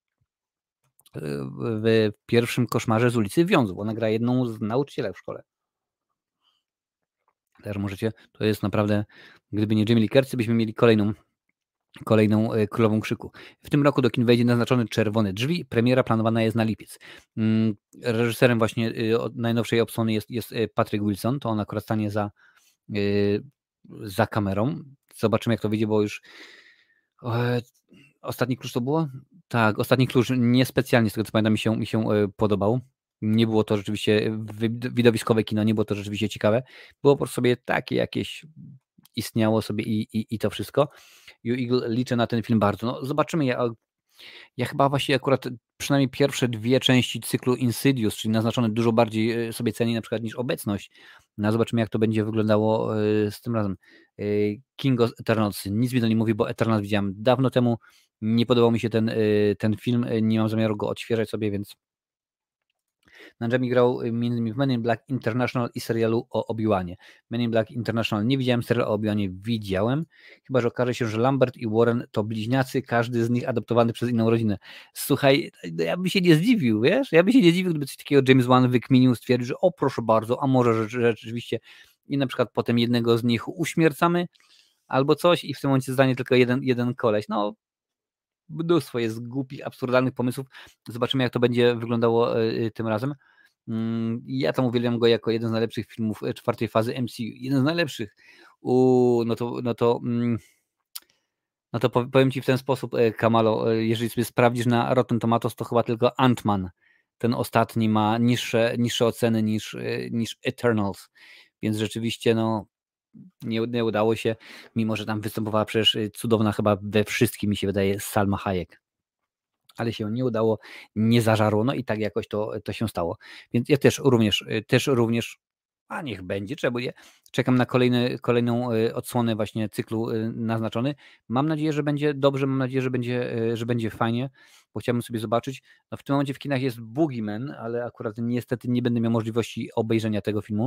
w pierwszym koszmarze z ulicy Wiązów. Ona gra jedną z nauczycielek w szkole. Też możecie, to jest naprawdę, gdyby nie Jamie Lee Curtis, byśmy mieli kolejną kolejną Królową Krzyku. W tym roku do kin wejdzie naznaczony Czerwone Drzwi. Premiera planowana jest na lipiec. Reżyserem właśnie najnowszej odsłony jest, jest Patrick Wilson. To on akurat stanie za, za kamerą. Zobaczymy, jak to wyjdzie, bo już ostatni klucz to było? Tak, ostatni klucz niespecjalnie, z tego co pamiętam, mi się, mi się podobał. Nie było to rzeczywiście widowiskowe kino, nie było to rzeczywiście ciekawe. Było po prostu sobie takie jakieś, istniało sobie i, i, i to wszystko. You Eagle, liczę na ten film bardzo. No, zobaczymy. Ja, ja chyba właśnie akurat przynajmniej pierwsze dwie części cyklu Insidious, czyli naznaczone dużo bardziej sobie ceni na przykład niż Obecność. No, zobaczymy, jak to będzie wyglądało z tym razem. King of Eternals. Nic mi to nie mówi, bo Eternals widziałem dawno temu. Nie podobał mi się ten, ten film. Nie mam zamiaru go odświeżać sobie, więc Nanjiani grał między innymi w Men in Black International i serialu o Obi-Wanie. Men in Black International nie widziałem, serial o Obi-Wanie widziałem, chyba że okaże się, że Lambert i Warren to bliźniacy, każdy z nich adoptowany przez inną rodzinę. Słuchaj, ja bym się nie zdziwił, wiesz? Ja bym się nie zdziwił, gdyby coś takiego James Wan wykminił, stwierdził, że o proszę bardzo, a może rzeczywiście i na przykład potem jednego z nich uśmiercamy albo coś i w tym momencie zdanie tylko jeden, jeden koleś. No, mnóstwo jest głupich, absurdalnych pomysłów. Zobaczymy, jak to będzie wyglądało tym razem. Ja tam uwielbiam go jako jeden z najlepszych filmów czwartej fazy M C U. Jeden z najlepszych. U, no to, no to, no to powiem ci w ten sposób, Kamalo, jeżeli sobie sprawdzisz na Rotten Tomatoes, to chyba tylko Ant-Man, ten ostatni, ma niższe, niższe oceny niż, niż Eternals. Więc rzeczywiście, no, nie, nie udało się, mimo że tam występowała przecież cudowna chyba we wszystkim, mi się wydaje, Salma Hayek. Ale się nie udało, nie zażarło, no i tak jakoś to, to się stało. Więc ja też również, też również, a niech będzie, czemu nie, czekam na kolejny, kolejną odsłonę właśnie cyklu naznaczony. Mam nadzieję, że będzie dobrze, mam nadzieję, że będzie, że będzie fajnie, bo chciałbym sobie zobaczyć. No w tym momencie w kinach jest Boogeyman, ale akurat niestety nie będę miał możliwości obejrzenia tego filmu.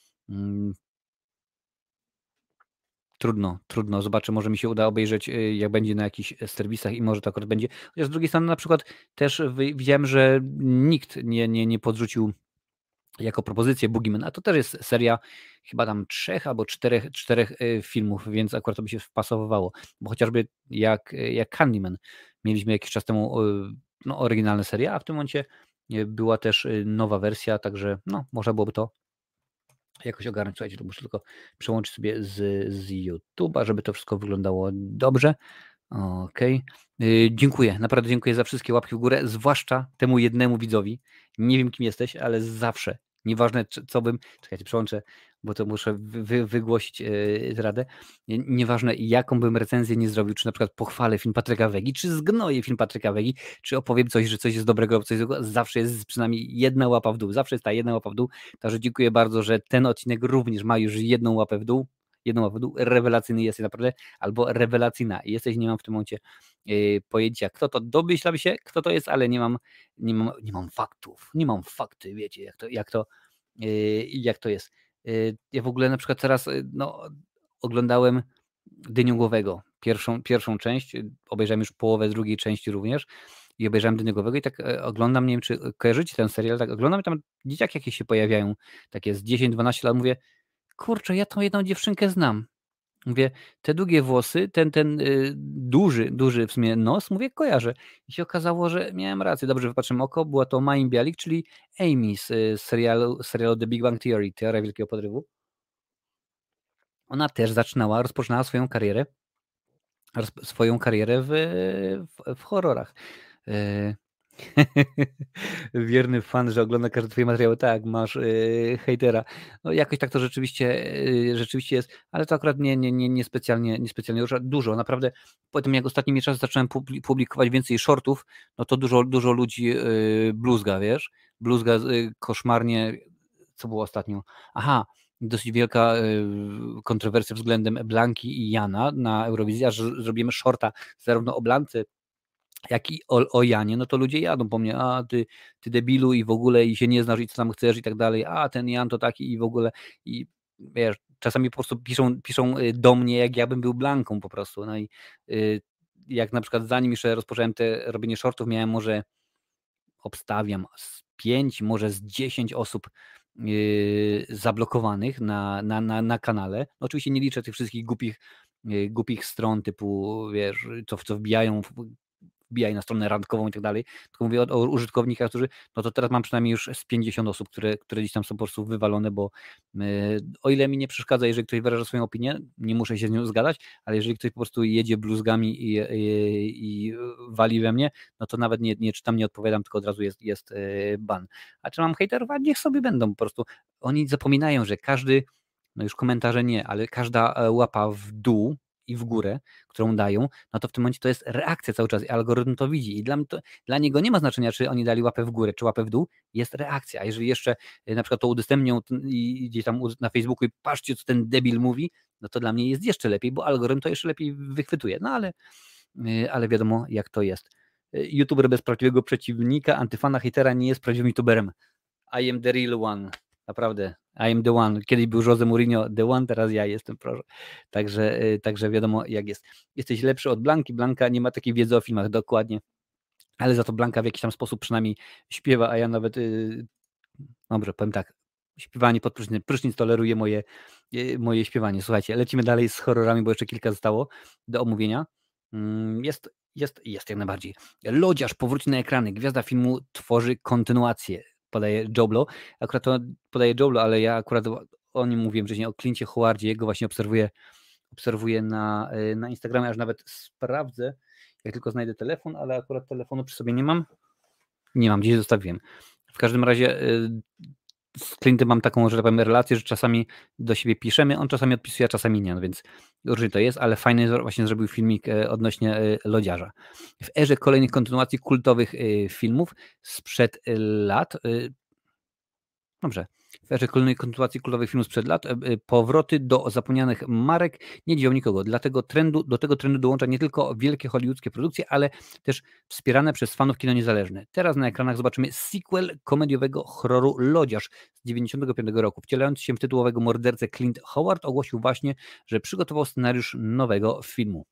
Trudno, trudno. Zobaczę, może mi się uda obejrzeć, jak będzie na jakichś serwisach i może to akurat będzie. Chociaż z drugiej strony na przykład też widziałem, że nikt nie, nie, nie podrzucił jako propozycję Boogeyman, a to też jest seria chyba tam trzech albo czterech, czterech filmów, więc akurat to by się wpasowywało. Bo chociażby jak, jak Candyman mieliśmy jakiś czas temu no, oryginalne serie, a w tym momencie była też nowa wersja, także no, można byłoby to jakoś ogarnąć. Słuchajcie, to muszę tylko przełączyć sobie z, z YouTube'a, żeby to wszystko wyglądało dobrze. Okej. Yy, dziękuję, naprawdę dziękuję za wszystkie łapki w górę, zwłaszcza temu jednemu widzowi. Nie wiem, kim jesteś, ale zawsze, nieważne czy co bym czekajcie, przełączę, bo to muszę wy wy wygłosić, yy, zradę. Nie nieważne jaką bym recenzję nie zrobił, czy na przykład pochwalę film Patryka Wegi, czy zgnoję film Patryka Wegi, czy opowiem coś, że coś jest dobrego lub coś złego, zawsze jest przynajmniej jedna łapa w dół. Zawsze jest ta jedna łapa w dół. Także dziękuję bardzo, że ten odcinek również ma już jedną łapę w dół. Jedną łapę w dół. Rewelacyjny jest naprawdę, albo rewelacyjna jesteś, nie mam w tym momencie yy, pojęcia, kto to, domyślam się, kto to jest, ale nie mam, nie mam, nie mam faktów, nie mam fakty, wiecie, jak to, jak to, yy, jak to jest. Yy, ja w ogóle na przykład teraz, yy, no, oglądałem Dyniugłowego, pierwszą, pierwszą część, yy, obejrzałem już połowę drugiej części również i obejrzałem Dyniugłowego i tak yy, oglądam, nie wiem, czy kojarzycie ten serial, tak oglądam i tam dzieciaki jakieś się pojawiają, takie z dziesięć dwanaście lat, mówię, kurczę, ja tą jedną dziewczynkę znam. Mówię, te długie włosy, ten ten, yy, duży, duży w sumie nos, mówię, kojarzę. I się okazało, że miałem rację, dobrze wypatrzyłem oko, była to Mayim Bialik, czyli Amy z, yy, serialu serialu The Big Bang Theory, Teoria Wielkiego Podrywu. Ona też zaczynała, rozpoczynała swoją karierę rozp swoją karierę w w w horrorach. Yy, wierny fan, że ogląda każde twoje materiały. Tak, masz, yy, hejtera. No jakoś tak to rzeczywiście, yy, rzeczywiście jest, ale to akurat nie nie nie niespecjalnie niespecjalnie dużo dużo. Naprawdę po tym, jak ostatnimi czasy zacząłem publi publikować więcej shortów, no to dużo dużo ludzi, yy, bluzga, wiesz? Bluzga, yy, koszmarnie. Co było ostatnio? Aha, dosyć wielka, yy, kontrowersja względem Blanki i Jana na Eurowizji, aż zrobimy shorta zarówno o Blance, jak i o o Janie, no to ludzie jadą po mnie: "A ty ty debilu i w ogóle i się nie znasz i co tam chcesz" i tak dalej. "A ten Jan to taki" i w ogóle. I wiesz, czasami po prostu piszą piszą, yy, do mnie, jak ja bym był Blanką po prostu. No i, yy, jak na przykład zanim jeszcze rozpocząłem te robienie shortów, miałem może obstawiam z pięć, może z dziesięć osób, yy, zablokowanych na na na na kanale. Oczywiście nie liczę tych wszystkich głupich, yy, głupich stron typu, wiesz, co w co wbijają w wbijaj na stronę randkową i tak dalej, tylko mówię o o użytkownikach, którzy no to teraz mam przynajmniej już z pięćdziesiąt osób, które które gdzieś tam są po prostu wywalone, bo, yy, o ile mi nie przeszkadza, jeżeli ktoś wyraża swoją opinię, nie muszę się z nią zgadzać, ale jeżeli ktoś po prostu jedzie bluzgami i, yy, i wali we mnie, no to nawet nie nie czytam, nie odpowiadam, tylko od razu jest jest, yy, ban. A czy mam hejterów? A niech sobie będą po prostu. Oni zapominają, że każdy, no już komentarze nie, ale każda, e, łapa w dół i w górę, którą dają, no to w tym momencie to jest reakcja cały czas i algorytm to widzi i dla mnie to dla niego nie ma znaczenia, czy oni dali łapę w górę, czy łapę w dół, jest reakcja. A jeżeli jeszcze, yy, na przykład to udostępnią t i gdzieś tam ud na Facebooku i patrzcie, co ten debil mówi, no to dla mnie jest jeszcze lepiej, bo algorytm to jeszcze lepiej wychwytuje. No ale, yy, ale wiadomo, jak to jest. Yy, youtuber bez prawdziwego przeciwnika, antyfana, hejtera nie jest prawdziwym youtuberem. I am the real one. Naprawdę. I am the one. Kiedyś był Jose Mourinho the one, teraz ja jestem, proszę. Także, yy, także wiadomo, jak jest. Jesteś lepszy od Blanki. Blanka nie ma takiej wiedzy o filmach, dokładnie. Ale za to Blanka w jakiś tam sposób przynajmniej śpiewa, a ja nawet, yy, dobrze, powiem tak, śpiewanie pod prysznicem, prysznic toleruje moje, yy, moje śpiewanie. Słuchajcie, lecimy dalej z horrorami, bo jeszcze kilka zostało do omówienia. Mm, jest jest jest jak najbardziej. Lodziarz powróci na ekrany. Gwiazda filmu tworzy kontynuację, podaje Joe Blow. Akurat to podaje Joe Blow, ale ja akurat o o nim mówiłem wcześniej, o Clincie Howardzie, jego właśnie obserwuję obserwuję na, yy, na Instagramie, aż nawet sprawdzę, jak tylko znajdę telefon, ale akurat telefonu przy sobie nie mam. Nie mam, gdzieś zostawiłem. W każdym razie, yy, z Clintem mam taką, że tak powiem, relację, że czasami do siebie piszemy, on czasami odpisuje, a czasami nie, no więc różnie to jest, ale fajny zro właśnie zrobił filmik, yy, odnośnie, yy, Lodziarza. W erze kolejnych kontynuacji kultowych, yy, filmów sprzed, yy, lat, yy dobrze. W erze kolejnej kontynuacji kultowych filmów sprzed lat, yy, powroty do zapomnianych marek nie dziwią nikogo. Dlatego trendu do tego trendu dołącza nie tylko wielkie hollywoodzkie produkcje, ale też wspierane przez fanów kino niezależne. Teraz na ekranach zobaczymy sequel komediowego horroru Lodziarz z dziewięćdziesiątego piątego roku. Wcielający się w tytułowego mordercę Clint Howard ogłosił właśnie, że przygotował scenariusz nowego filmu.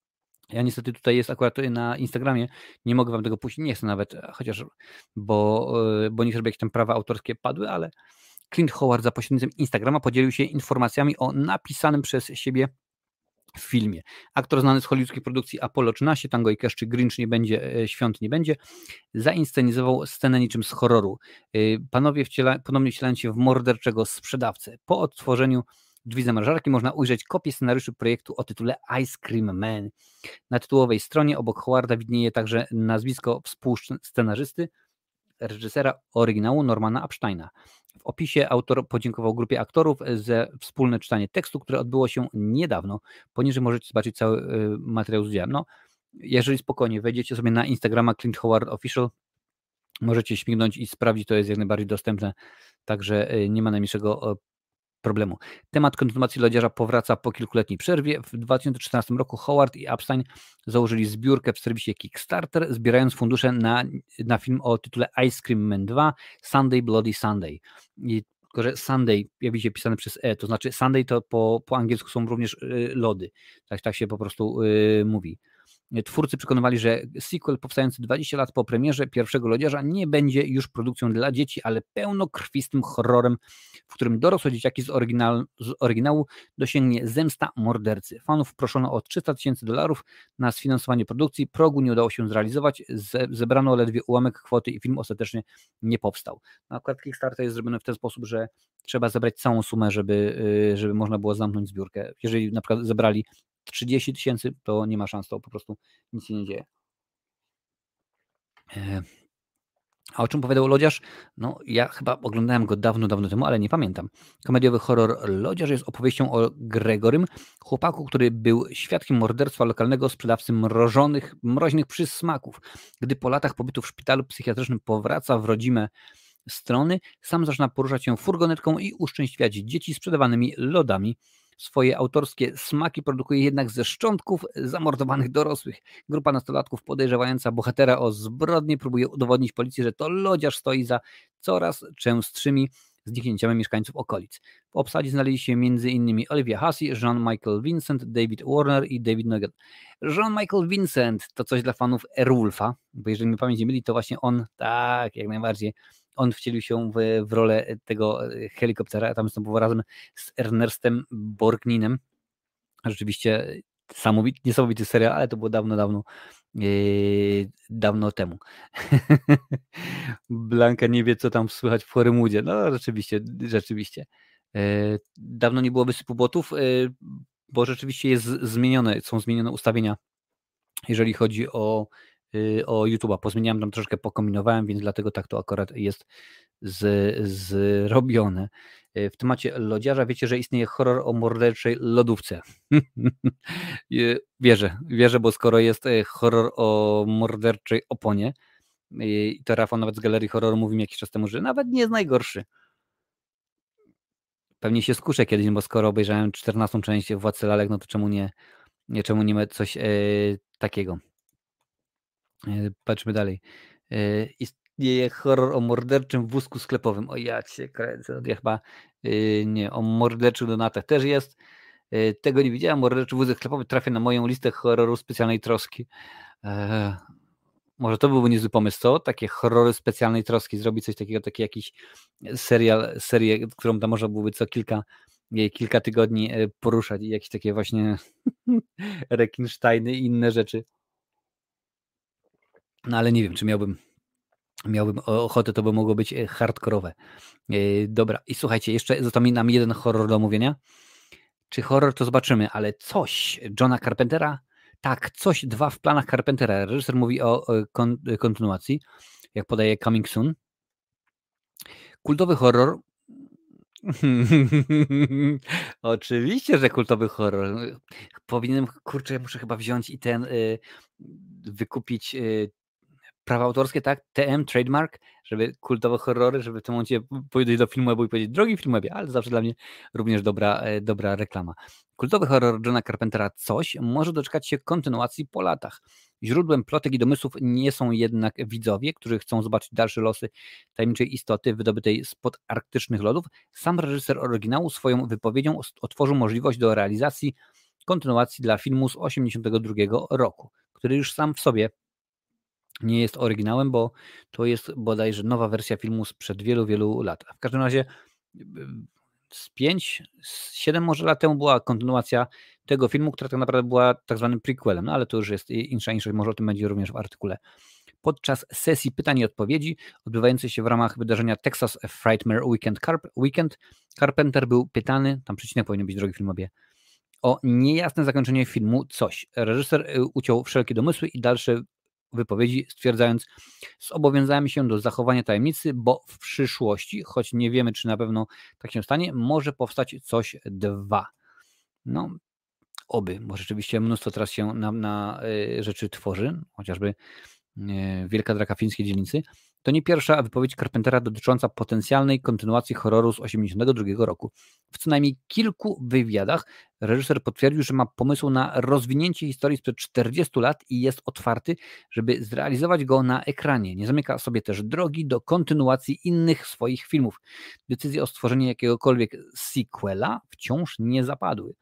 Ja niestety tutaj jest akurat na Instagramie, nie mogę wam tego puścić, nie chcę nawet, chociaż bo, yy, bo nie chcę, żeby jakieś tam prawa autorskie padły, ale Clint Howard za pośrednictwem Instagrama podzielił się informacjami o napisanym przez siebie filmie. Aktor znany z hollywoodzkiej produkcji Apollo trzynaście, Tango i Cash czy Grinch nie będzie, yy, świąt nie będzie, zainscenizował scenę niczym z horroru. Yy, panowie wciela ponownie wcielając się w morderczego sprzedawcę. Po odtworzeniu drzwi zamrażarki można ujrzeć kopię scenariuszu projektu o tytule Ice Cream Man. Na tytułowej stronie obok Howarda widnieje także nazwisko współscenarzysty, reżysera oryginału Normana Epsteina. W opisie autor podziękował grupie aktorów za wspólne czytanie tekstu, które odbyło się niedawno. Poniżej możecie zobaczyć cały y, materiał z udziałem. No, jeżeli spokojnie wejdziecie sobie na Instagrama Clint Howard Official, możecie śmignąć i sprawdzić, to jest jak najbardziej dostępne, także y, nie ma najmniejszego y, problemu. Temat kontynuacji Lodziarza powraca po kilkuletniej przerwie. W dwa tysiące trzynastym roku Howard i Epstein założyli zbiórkę w serwisie Kickstarter, zbierając fundusze na, na film o tytule Ice Cream Man dwa Sunday Bloody Sunday. I tylko, że Sunday, jak widzicie, pisane przez E, to znaczy Sunday to po, po angielsku są również y, lody. Tak, tak się po prostu y, mówi. Twórcy przekonywali, że sequel powstający dwadzieścia lat po premierze pierwszego Lodziarza nie będzie już produkcją dla dzieci, ale pełnokrwistym horrorem, w którym dorosłe dzieciaki z, oryginal, z oryginału dosięgnie zemsta mordercy. Fanów proszono o trzysta tysięcy dolarów na sfinansowanie produkcji. Progu nie udało się zrealizować, ze, zebrano ledwie ułamek kwoty i film ostatecznie nie powstał. No, akurat Kickstarter jest zrobiony w ten sposób, że trzeba zebrać całą sumę, żeby, żeby można było zamknąć zbiórkę. Jeżeli na przykład zebrali trzydzieści tysięcy, to nie ma szans, to po prostu nic się nie dzieje. A o czym opowiadał Lodziarz? No, ja chyba oglądałem go dawno, dawno temu, ale nie pamiętam. Komediowy horror Lodziarz jest opowieścią o Gregorym, chłopaku, który był świadkiem morderstwa lokalnego sprzedawcy mrożonych, mroźnych przysmaków. Gdy po latach pobytu w szpitalu psychiatrycznym powraca w rodzime strony, sam zaczyna poruszać się furgonetką i uszczęśliwiać dzieci sprzedawanymi lodami. Swoje autorskie smaki produkuje jednak ze szczątków zamordowanych dorosłych. Grupa nastolatków podejrzewająca bohatera o zbrodnię próbuje udowodnić policji, że to Lodziarz stoi za coraz częstszymi zniknięciami mieszkańców okolic. W obsadzie znaleźli się m.in. Olivia Hussey, Jean-Michael Vincent, David Warner i David Nugget. Jean-Michael Vincent to coś dla fanów Airwolfa, bo jeżeli mi pamięć nie myli, to właśnie on, tak, jak najbardziej, on wcielił się w, w rolę tego helikoptera, tam występował razem z Ernestem Borgninem. Rzeczywiście samowity, niesamowity serial, ale to było dawno, dawno, yy, dawno temu. Blanka nie wie, co tam słychać w Horymudzie. No rzeczywiście, rzeczywiście. Yy, dawno nie było wysypu botów, yy, bo rzeczywiście jest zmienione, są zmienione ustawienia, jeżeli chodzi o o YouTube'a. Pozmieniałem tam troszkę, pokombinowałem, więc dlatego tak to akurat jest z, zrobione. W temacie Lodziarza wiecie, że istnieje horror o morderczej lodówce. Wierzę, wierzę, bo skoro jest horror o morderczej oponie, i to Rafał nawet z Galerii Horroru mówił mi jakiś czas temu, że nawet nie jest najgorszy. Pewnie się skuszę kiedyś, bo skoro obejrzałem czternastą część Władcy Lalek, no to czemu nie, nie czemu nie ma coś e, takiego. Patrzmy dalej. Istnieje horror o morderczym wózku sklepowym. O ja cię kręcę. Ja chyba nie, o morderczych donatach też jest. Tego nie widziałem. Morderczy wózek sklepowy trafia na moją listę horroru specjalnej troski. Eee, może to byłby niezły pomysł, co? Takie horrory specjalnej troski. Zrobić coś takiego, taki jakiś serial, serię, którą tam można byłoby co kilka, kilka tygodni poruszać i jakieś takie właśnie Rekinsteiny i inne rzeczy. No ale nie wiem, czy miałbym, miałbym ochotę, to by mogło być hardkorowe. Yy, dobra, i słuchajcie, jeszcze został mi nam jeden horror do omówienia. Czy horror, to zobaczymy, ale coś Johna Carpentera? Tak, coś dwa w planach Carpentera. Reżyser mówi o kon, kontynuacji, jak podaje Coming Soon. Kultowy horror. Oczywiście, że kultowy horror. Powinienem, kurczę, muszę chyba wziąć i ten yy, wykupić yy, prawa autorskie, tak? T M, trademark, żeby kultowe horrory, żeby w tym momencie powiedzieć do Filmwebu i powiedzieć, drogi Filmwebie, ale zawsze dla mnie również dobra, dobra reklama. Kultowy horror Johna Carpentera Coś może doczekać się kontynuacji po latach. Źródłem plotek i domysłów nie są jednak widzowie, którzy chcą zobaczyć dalsze losy tajemniczej istoty wydobytej spod arktycznych lodów. Sam reżyser oryginału swoją wypowiedzią otworzył możliwość do realizacji kontynuacji dla filmu z osiemdziesiątego drugiego roku, który już sam w sobie nie jest oryginałem, bo to jest bodajże nowa wersja filmu sprzed wielu, wielu lat. W każdym razie z pięć, z siedem może lat temu była kontynuacja tego filmu, która tak naprawdę była tak zwanym prequelem, no ale to już jest insza insza, może o tym będzie również w artykule. podczas sesji pytań i odpowiedzi odbywającej się w ramach wydarzenia Texas Frightmare Weekend. Carp- Weekend. Carpenter był pytany, tam przecinek powinien być, drogi filmowie, o niejasne zakończenie filmu Coś. Reżyser uciął wszelkie domysły i dalsze wypowiedzi, stwierdzając: zobowiązałem się do zachowania tajemnicy, bo w przyszłości, choć nie wiemy, czy na pewno tak się stanie, może powstać Coś dwa. No, oby, bo rzeczywiście mnóstwo teraz się na, na y, rzeczy tworzy, chociażby y, Wielka Draka Fińskiej Dzielnicy. To nie pierwsza wypowiedź Carpentera dotycząca potencjalnej kontynuacji horroru z osiemdziesiątego drugiego roku. W co najmniej kilku wywiadach reżyser potwierdził, że ma pomysł na rozwinięcie historii sprzed czterdziestu lat i jest otwarty, żeby zrealizować go na ekranie. Nie zamyka sobie też drogi do kontynuacji innych swoich filmów. Decyzje o stworzeniu jakiegokolwiek sequela wciąż nie zapadły.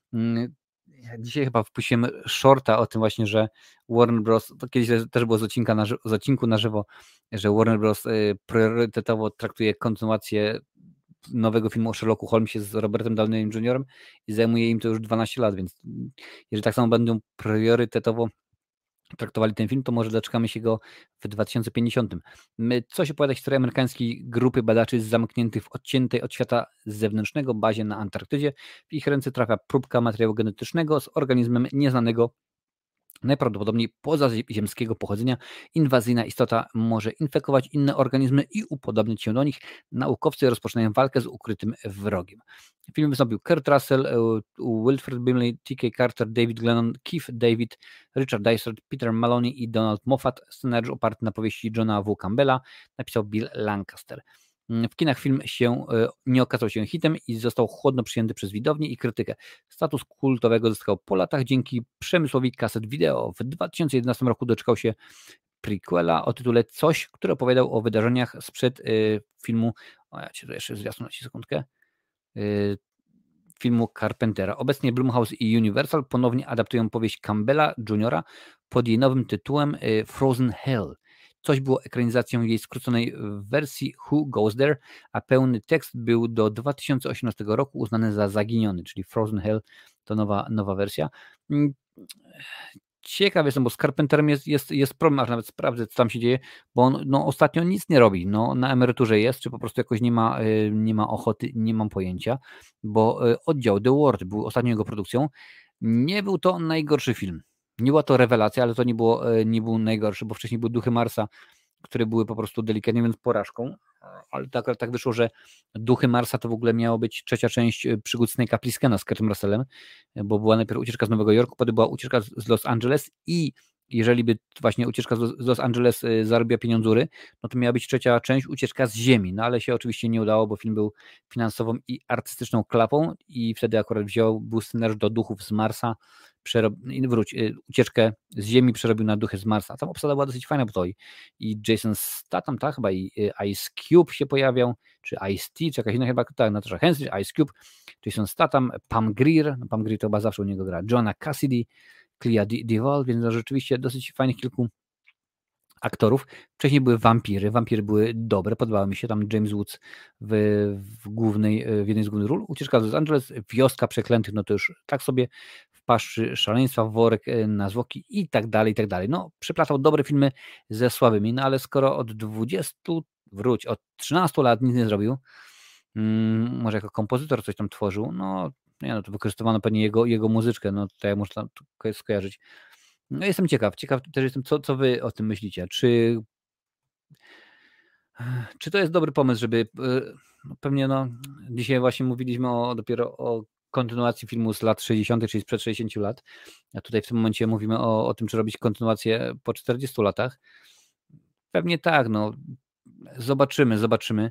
Ja dzisiaj chyba wpuściłem shorta o tym właśnie, że Warner Bros. To kiedyś też było z, odcinka na, z odcinku na żywo, że Warner Bros. Priorytetowo traktuje kontynuację nowego filmu o Sherlocku Holmesie z Robertem Downeyem juniorem i zajmuje im to już dwanaście lat, więc jeżeli tak samo będą priorytetowo traktowali ten film, to może doczekamy się go w dwa tysiące pięćdziesiątym. Coś opowiada historia amerykańskiej grupy badaczy zamkniętych w odciętej od świata zewnętrznego bazie na Antarktydzie. W ich ręce trafia próbka materiału genetycznego z organizmem nieznanego, najprawdopodobniej pozaziemskiego pochodzenia. Inwazyjna istota może infekować inne organizmy i upodobniać się do nich. Naukowcy rozpoczynają walkę z ukrytym wrogiem. W filmie wystąpił Kurt Russell, Wilfred Brimley, T K Carter, David Glennon, Keith David, Richard Dysart, Peter Maloney i Donald Moffat. Scenariusz oparty na powieści Johna W. Campbella napisał Bill Lancaster. W kinach film się nie okazał się hitem i został chłodno przyjęty przez widownię i krytykę. Status kultowego zyskał po latach dzięki przemysłowi kaset wideo. W dwa tysiące jedenastym roku doczekał się prequela o tytule Coś, który opowiadał o wydarzeniach sprzed y, filmu, o ja cię jeszcze zwiastun na sekundkę, y, filmu Carpentera. Obecnie Blumhouse i Universal ponownie adaptują powieść Campbella juniora pod jej nowym tytułem y, Frozen Hell. Coś było ekranizacją jej skróconej wersji Who Goes There, a pełny tekst był do dwa tysiące osiemnastego roku uznany za zaginiony, czyli Frozen Hell to nowa, nowa wersja. Ciekaw jestem, bo z Carpenterem jest, jest, jest problem, aż nawet sprawdzę, co tam się dzieje, bo on no, ostatnio nic nie robi. No, na emeryturze jest, czy po prostu jakoś nie ma, nie ma ochoty, nie mam pojęcia, bo oddział The Ward był ostatnią jego produkcją. Nie był to najgorszy film. Nie była to rewelacja, ale to nie, było, nie był najgorszy, bo wcześniej były Duchy Marsa, które były po prostu delikatnie mówiąc porażką, ale tak, tak wyszło, że Duchy Marsa to w ogóle miała być trzecia część przygód Snake'a Plissken'a z Kurtem Russellem, bo była najpierw ucieczka z Nowego Jorku, potem była ucieczka z Los Angeles i jeżeli by właśnie ucieczka z Los Angeles zarobiła pieniądzury, no to miała być trzecia część ucieczka z Ziemi, no ale się oczywiście nie udało, bo film był finansową i artystyczną klapą i wtedy akurat wziął, był scenariusz do Duchów z Marsa, przerob, wróć, ucieczkę z Ziemi przerobił na Duchy z Marsa. Tam obsada była dosyć fajna, bo to i, i Jason Statham, tak, chyba i Ice Cube się pojawiał, czy Ice-T, czy jakaś inna chyba, tak, Natasha Henstridge, Ice Cube, Jason Statham, Pam Grier, no Pam Grier to chyba zawsze u niego gra, Johna Cassidy, Clea DuVall, więc no rzeczywiście dosyć fajnych kilku aktorów. Wcześniej były wampiry, wampiry były dobre, podobały mi się, tam James Woods w, w głównej, w jednej z głównych ról, Ucieczka z Los Angeles, Wioska Przeklętych, no to już tak sobie, w paszczy szaleństwa, Worek na zwłoki i tak dalej, i tak dalej. No, przeplatał dobre filmy ze słabymi, no ale skoro od dwudziestu, wróć, od trzynastu lat nic nie zrobił, hmm, może jako kompozytor coś tam tworzył, no, nie, no to wykorzystywano pewnie jego, jego muzyczkę, no tutaj można to skojarzyć. No jestem ciekaw, ciekaw też jestem, co, co wy o tym myślicie. Czy, czy to jest dobry pomysł, żeby no pewnie no, dzisiaj właśnie mówiliśmy o, dopiero o kontynuacji filmu z lat sześćdziesiątych, czyli sprzed sześćdziesięciu lat, a tutaj w tym momencie mówimy o, o tym, czy robić kontynuację po czterdziestu latach. Pewnie tak, no zobaczymy, zobaczymy.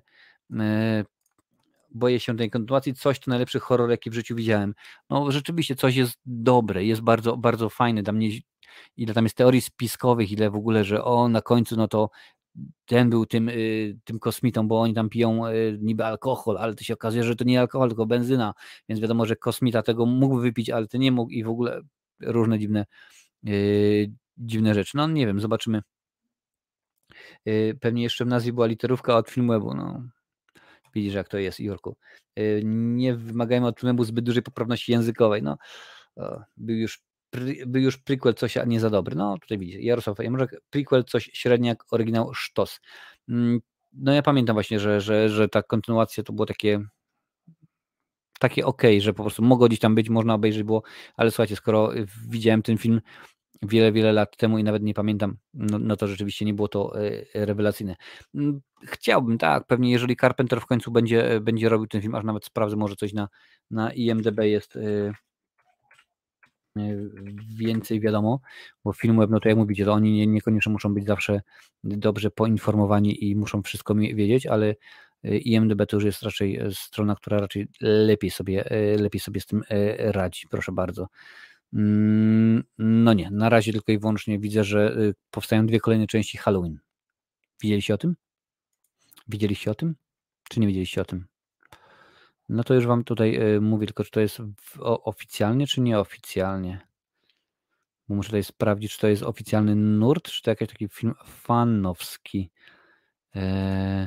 Boję się tej kontynuacji. Coś to najlepszy horror, jaki w życiu widziałem. No rzeczywiście coś jest dobre, jest bardzo, bardzo fajny. Tam nie, ile tam jest teorii spiskowych, ile w ogóle, że o, na końcu no to ten był tym, y, tym kosmitą, bo oni tam piją y, niby alkohol, ale to się okazuje, że to nie alkohol, tylko benzyna, więc wiadomo, że kosmita tego mógł wypić, ale to nie mógł i w ogóle różne dziwne y, dziwne rzeczy. No nie wiem, zobaczymy. Y, pewnie jeszcze w nazwie była literówka od Filmwebu, no widzisz, jak to jest, Jurku. Nie wymagajmy od Filmwebu zbyt dużej poprawności językowej. No, był już Pry, by już prequel coś, a nie za dobry. No tutaj widzicie, Jarosław Jamrożek, prequel coś średnio jak oryginał sztos. Mm, No ja pamiętam właśnie, że, że, że ta kontynuacja to było takie takie okej, że po prostu mogło gdzieś tam być, można obejrzeć było, ale słuchajcie, skoro y, widziałem ten film wiele, wiele lat temu i nawet nie pamiętam, no, no to rzeczywiście nie było to y, rewelacyjne. Mm, Chciałbym, tak, pewnie jeżeli Carpenter w końcu będzie, będzie robił ten film, aż nawet sprawdzę, może coś na, na I M D B jest y, y, więcej wiadomo, bo film web, no to jak mówicie, to oni nie, niekoniecznie muszą być zawsze dobrze poinformowani i muszą wszystko mi- wiedzieć, ale y, I M D B to już jest raczej e, strona, która raczej lepiej sobie, e, lepiej sobie z tym e, radzi, proszę bardzo. Mm, No nie, na razie tylko i wyłącznie widzę, że y, powstają dwie kolejne części Halloween. Widzieliście o tym? Widzieliście o tym? Czy nie widzieliście o tym? No to już wam tutaj y, mówię, tylko czy to jest w, o, oficjalnie, czy nieoficjalnie? Bo muszę tutaj sprawdzić, czy to jest oficjalny nurt, czy to jakiś taki film fanowski. Eee,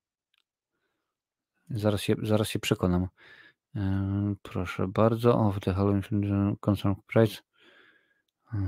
zaraz, się, zaraz się przekonam. Eee, proszę bardzo. O, w The Halloween Film Concern Price. Eee,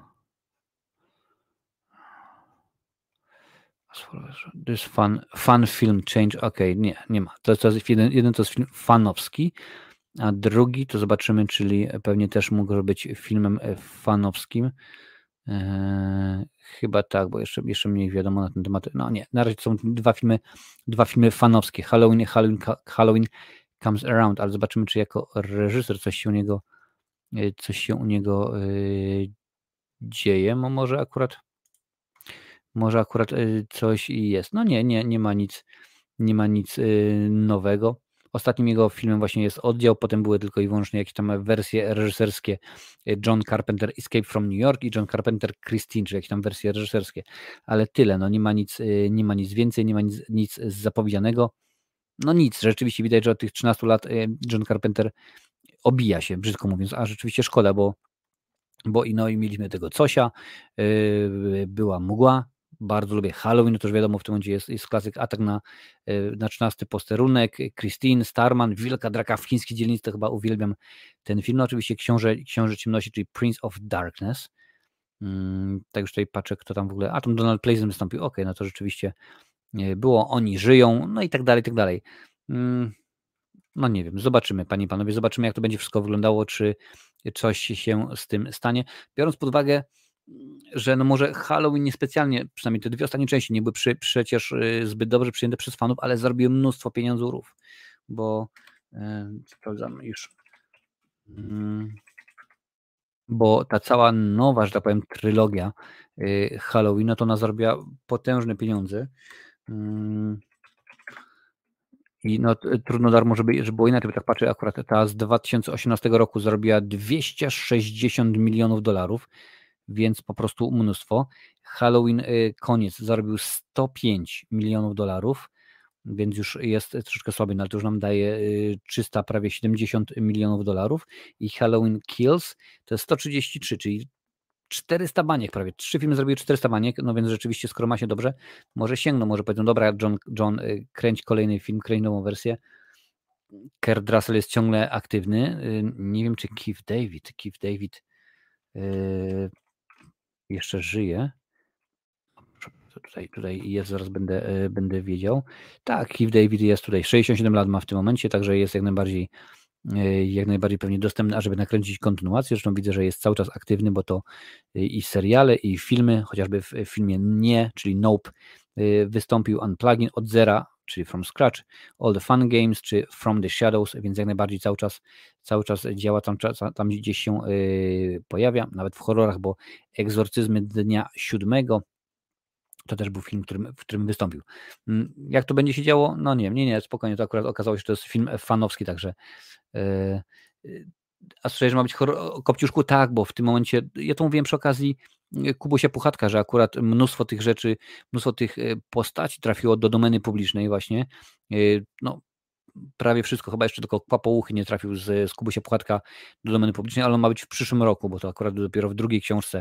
to jest fan, fan film change. Okej, okay, nie, nie ma. To, to jest jeden, jeden to jest film fanowski, a drugi to zobaczymy, czyli pewnie też mógł być filmem fanowskim. Eee, chyba tak, bo jeszcze, jeszcze mniej wiadomo na ten temat. No nie, na razie to są dwa filmy, dwa filmy fanowskie. Halloween, Halloween, Halloween Comes Around, ale zobaczymy, czy jako reżyser coś się u niego, e, coś się u niego yy, dzieje. Mo- Może akurat, może akurat yy, coś jest. No nie, nie, nie ma nic, nie ma nic yy, nowego. Ostatnim jego filmem właśnie jest Oddział, potem były tylko i wyłącznie jakieś tam wersje reżyserskie John Carpenter Escape from New York i John Carpenter Christine, czy jakieś tam wersje reżyserskie, ale tyle, no nie ma nic, nie ma nic więcej, nie ma nic, nic zapowiedzianego. No nic, rzeczywiście widać, że od tych trzynastu lat John Carpenter obija się, brzydko mówiąc, a rzeczywiście szkoda, bo bo i no i mieliśmy tego Cosia, yy, była Mgła, bardzo lubię Halloween, no to już wiadomo, w tym momencie jest, jest klasyk Atak na, yy, na trzynasty posterunek, Christine, Starman, Wielka Draka w chińskiej dzielnicy, to chyba uwielbiam ten film, no oczywiście Książę, Książę Ciemności, czyli Prince of Darkness, yy, tak już tutaj patrzę, kto tam w ogóle, a tam Donald Pleasence wystąpił, okej, okay, no to rzeczywiście yy, było, oni żyją, no i tak dalej, i tak dalej. Yy, no nie wiem, zobaczymy, panie i panowie, zobaczymy, jak to będzie wszystko wyglądało, czy coś się z tym stanie. Biorąc pod uwagę, że no może Halloween niespecjalnie, przynajmniej te dwie ostatnie części nie były przy, przecież y, zbyt dobrze przyjęte przez fanów, ale zarobiły mnóstwo pieniądzów, bo yy, sprawdzam już, yy, bo ta cała nowa, że tak powiem, trylogia yy, Halloween, no to ona zarobiła potężne pieniądze. Yy, I no, trudno dar może być, że było inaczej, bo tak patrzę, akurat ta z dwa tysiące osiemnastego roku zarobiła dwieście sześćdziesiąt milionów dolarów, więc po prostu mnóstwo. Halloween y, koniec zarobił sto pięć milionów dolarów, więc już jest troszeczkę słaby, no ale to już nam daje y, trzysta, prawie siedemdziesiąt milionów dolarów. I Halloween Kills to jest sto trzydzieści trzy, czyli czterysta baniek prawie. Trzy filmy zrobiły czterysta baniek, no więc rzeczywiście skoro ma się dobrze, może sięgną, może powiedzą, dobra, John, John y, kręć kolejny film, kręć nową wersję. Kurt Russell jest ciągle aktywny. Y, Nie wiem, czy Keith David, Keith David y, jeszcze żyje. Tutaj, tutaj jest, zaraz będę, y, będę wiedział. Tak, Keith David jest tutaj, sześćdziesiąt siedem lat ma w tym momencie, także jest jak najbardziej y, jak najbardziej pewnie dostępny, ażeby nakręcić kontynuację. Zresztą widzę, że jest cały czas aktywny, bo to y, i seriale, i filmy, chociażby w filmie Nie, czyli Nope, y, wystąpił Unplugging od zera, czyli From Scratch, All the Fun Games, czy From the Shadows, więc jak najbardziej cały czas, cały czas działa, tam, tam gdzieś się y, pojawia, nawet w horrorach, bo Egzorcyzmy Dnia Siódmego to też był film, w którym, w którym wystąpił. Mm, Jak to będzie się działo? No nie, nie, nie, spokojnie, to akurat okazało się, że to jest film fanowski, także yy, yy, a słyszałeś, że ma być horror o Kopciuszku? Tak, bo w tym momencie, ja to mówiłem przy okazji y, Kubusia Puchatka, że akurat mnóstwo tych rzeczy, mnóstwo tych y, postaci trafiło do domeny publicznej właśnie. Y, No, prawie wszystko, chyba jeszcze tylko Kłapołuchy nie trafił z, z Kubusia Puchatka do domeny publicznej, ale on ma być w przyszłym roku, bo to akurat dopiero w drugiej książce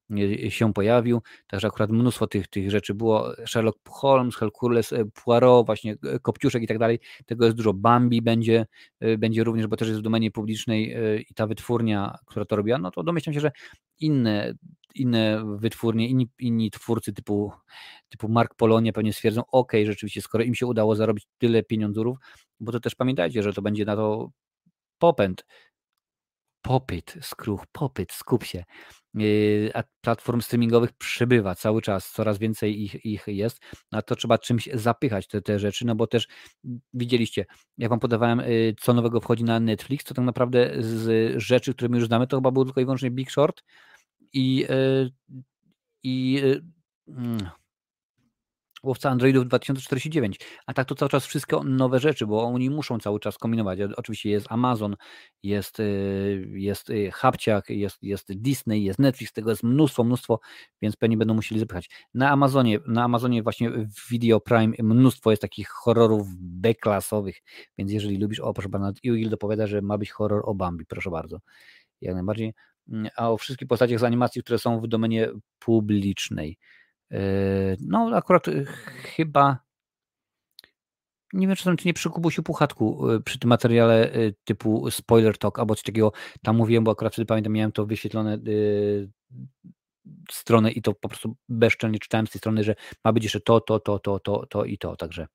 y, się pojawił, także akurat mnóstwo tych tych rzeczy było. Sherlock Holmes, Hercules Poirot, właśnie Kopciuszek i tak dalej. Tego jest dużo. Bambi będzie y, będzie również, bo też jest w domenie publicznej y, i ta wytwórnia, która to robiła, no to domyślam się, że inne inne wytwórnie, inni inni twórcy typu typu Mark Polonia pewnie stwierdzą: „Okej, rzeczywiście, skoro im się udało zarobić tyle pieniądzurów”, bo to też pamiętajcie, że to będzie na to popęd. Popyt, skruch, popyt, skup się. Yy, a platform streamingowych przybywa cały czas, coraz więcej ich ich jest, a to trzeba czymś zapychać te te rzeczy, no bo też widzieliście, jak wam podawałem, yy, co nowego wchodzi na Netflix, to tak naprawdę z rzeczy, które my już znamy, to chyba był tylko i wyłącznie Big Short i, yy, i, yy, mm Łowca androidów dwa tysiące czterdzieści dziewięć, a tak to cały czas wszystko nowe rzeczy, bo oni muszą cały czas kombinować. O oczywiście jest Amazon, jest, yy, jest, yy, Hapciak, jest jest Disney, jest Netflix, tego jest mnóstwo, mnóstwo, więc pewnie będą musieli zapychać. Na Amazonie na Amazonie właśnie w Video Prime mnóstwo jest takich horrorów B-klasowych, więc jeżeli lubisz o proszę pana, Iwil dopowiada, że ma być horror o Bambi, proszę bardzo. Jak najbardziej. Mm, a o wszystkich postaciach z animacji, które są w domenie publicznej. Yy, no akurat y, chyba nie wiem, czy tam czy nie przy Kubusiu Puchatku, y, przy tym materiale y, typu spoiler talk albo coś takiego tam mówiłem, bo akurat wtedy pamiętam, miałem to wyświetlone y, stronę i to po prostu bezczelnie czytałem z tej strony, że ma być jeszcze to, to, to, to, to, to i to, także.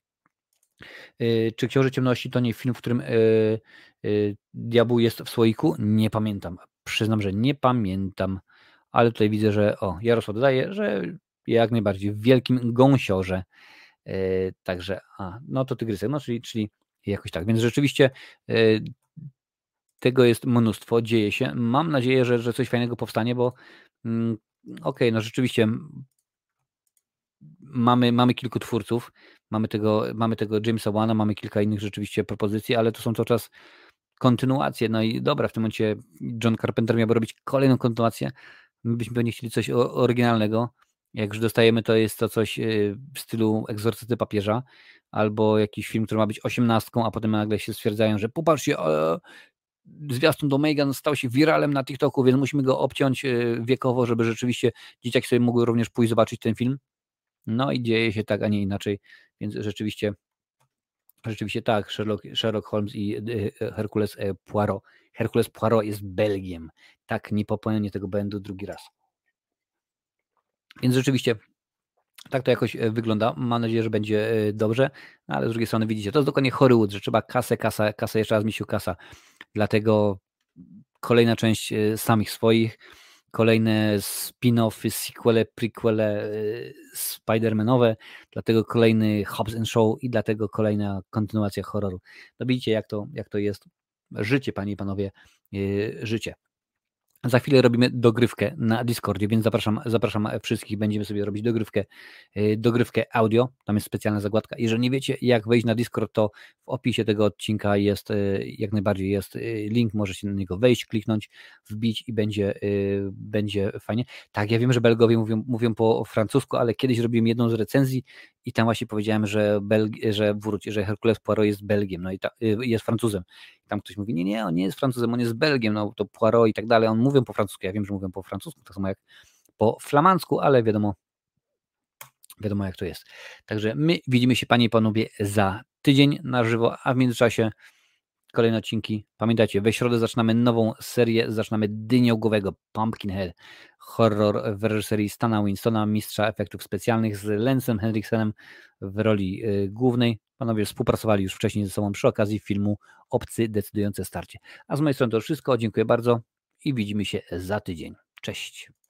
Y, czy Książę Ciemności to nie film, w którym y, y, diabeł jest w słoiku? Nie pamiętam. Przyznam, że nie pamiętam, ale tutaj widzę, że o, Jarosław dodaje, że jak najbardziej w Wielkim Gąsiorze. Yy, także, a, no to Tygrysek, no czyli, czyli jakoś tak, więc rzeczywiście yy, tego jest mnóstwo, dzieje się. Mam nadzieję, że, że coś fajnego powstanie, bo mm, okej, no rzeczywiście m, mamy, mamy kilku twórców, mamy tego, mamy tego Jamesa Wana, mamy kilka innych rzeczywiście propozycji, ale to są cały czas kontynuacje. No i dobra, w tym momencie John Carpenter miałby robić kolejną kontynuację. My byśmy pewnie chcieli coś o- oryginalnego. Jak już dostajemy, to jest to coś yy, w stylu Egzorcysty Papieża, albo jakiś film, który ma być osiemnastką, a potem nagle się stwierdzają, że popatrzcie, e, zwiastun do Megan stał się wiralem na TikToku, więc musimy go obciąć yy, wiekowo, żeby rzeczywiście dzieciaki sobie mogły również pójść zobaczyć ten film. No i dzieje się tak, a nie inaczej, więc rzeczywiście rzeczywiście tak, Sherlock Sherlock Holmes i y, y, Hercules y, Poirot. Hercules Poirot jest Belgiem. Tak, nie popełnię tego błędu drugi raz. Więc rzeczywiście tak to jakoś e, wygląda. Mam nadzieję, że będzie e, dobrze, no ale z drugiej strony widzicie, to jest dokładnie Hollywood, że trzeba kasę, kasa, kasę, jeszcze raz misiu kasa. Dlatego kolejna część e, samych swoich, kolejne spin-offy, sequele, prequele, e, Spider-Manowe, dlatego kolejny Hobbs and Show i dlatego kolejna kontynuacja horroru. No widzicie, jak to, jak to jest życie, panie i panowie, e, życie. Za chwilę robimy dogrywkę na Discordzie, więc zapraszam, zapraszam wszystkich. Będziemy sobie robić dogrywkę, yy, dogrywkę audio. Tam jest specjalna zagładka. Jeżeli nie wiecie, jak wejść na Discord, to w opisie tego odcinka jest yy, jak najbardziej jest yy, link. Możecie na niego wejść, kliknąć, wbić i będzie, yy, będzie fajnie. Tak, ja wiem, że Belgowie mówią, mówią po francusku, ale kiedyś robiłem jedną z recenzji i tam właśnie powiedziałem, że, Belgi- że, wróć, że Hercules Poirot jest Belgiem, no i ta, yy, jest Francuzem. Tam ktoś mówi, nie, nie, on nie jest Francuzem, on jest Belgiem, no to Poirot i tak dalej, on mówią po francusku, ja wiem, że mówią po francusku, tak samo jak po flamandzku, ale wiadomo, wiadomo jak to jest. Także my widzimy się, panie i panowie, za tydzień na żywo, a w międzyczasie kolejne odcinki. Pamiętajcie, we środę zaczynamy nową serię, zaczynamy Dyniogłowego, Pumpkinhead, horror w reżyserii Stana Winstona, mistrza efektów specjalnych z Lensem Henriksenem w roli y, głównej. Panowie współpracowali już wcześniej ze sobą przy okazji filmu Obcy decydujące starcie. A z mojej strony to już wszystko, dziękuję bardzo i widzimy się za tydzień. Cześć.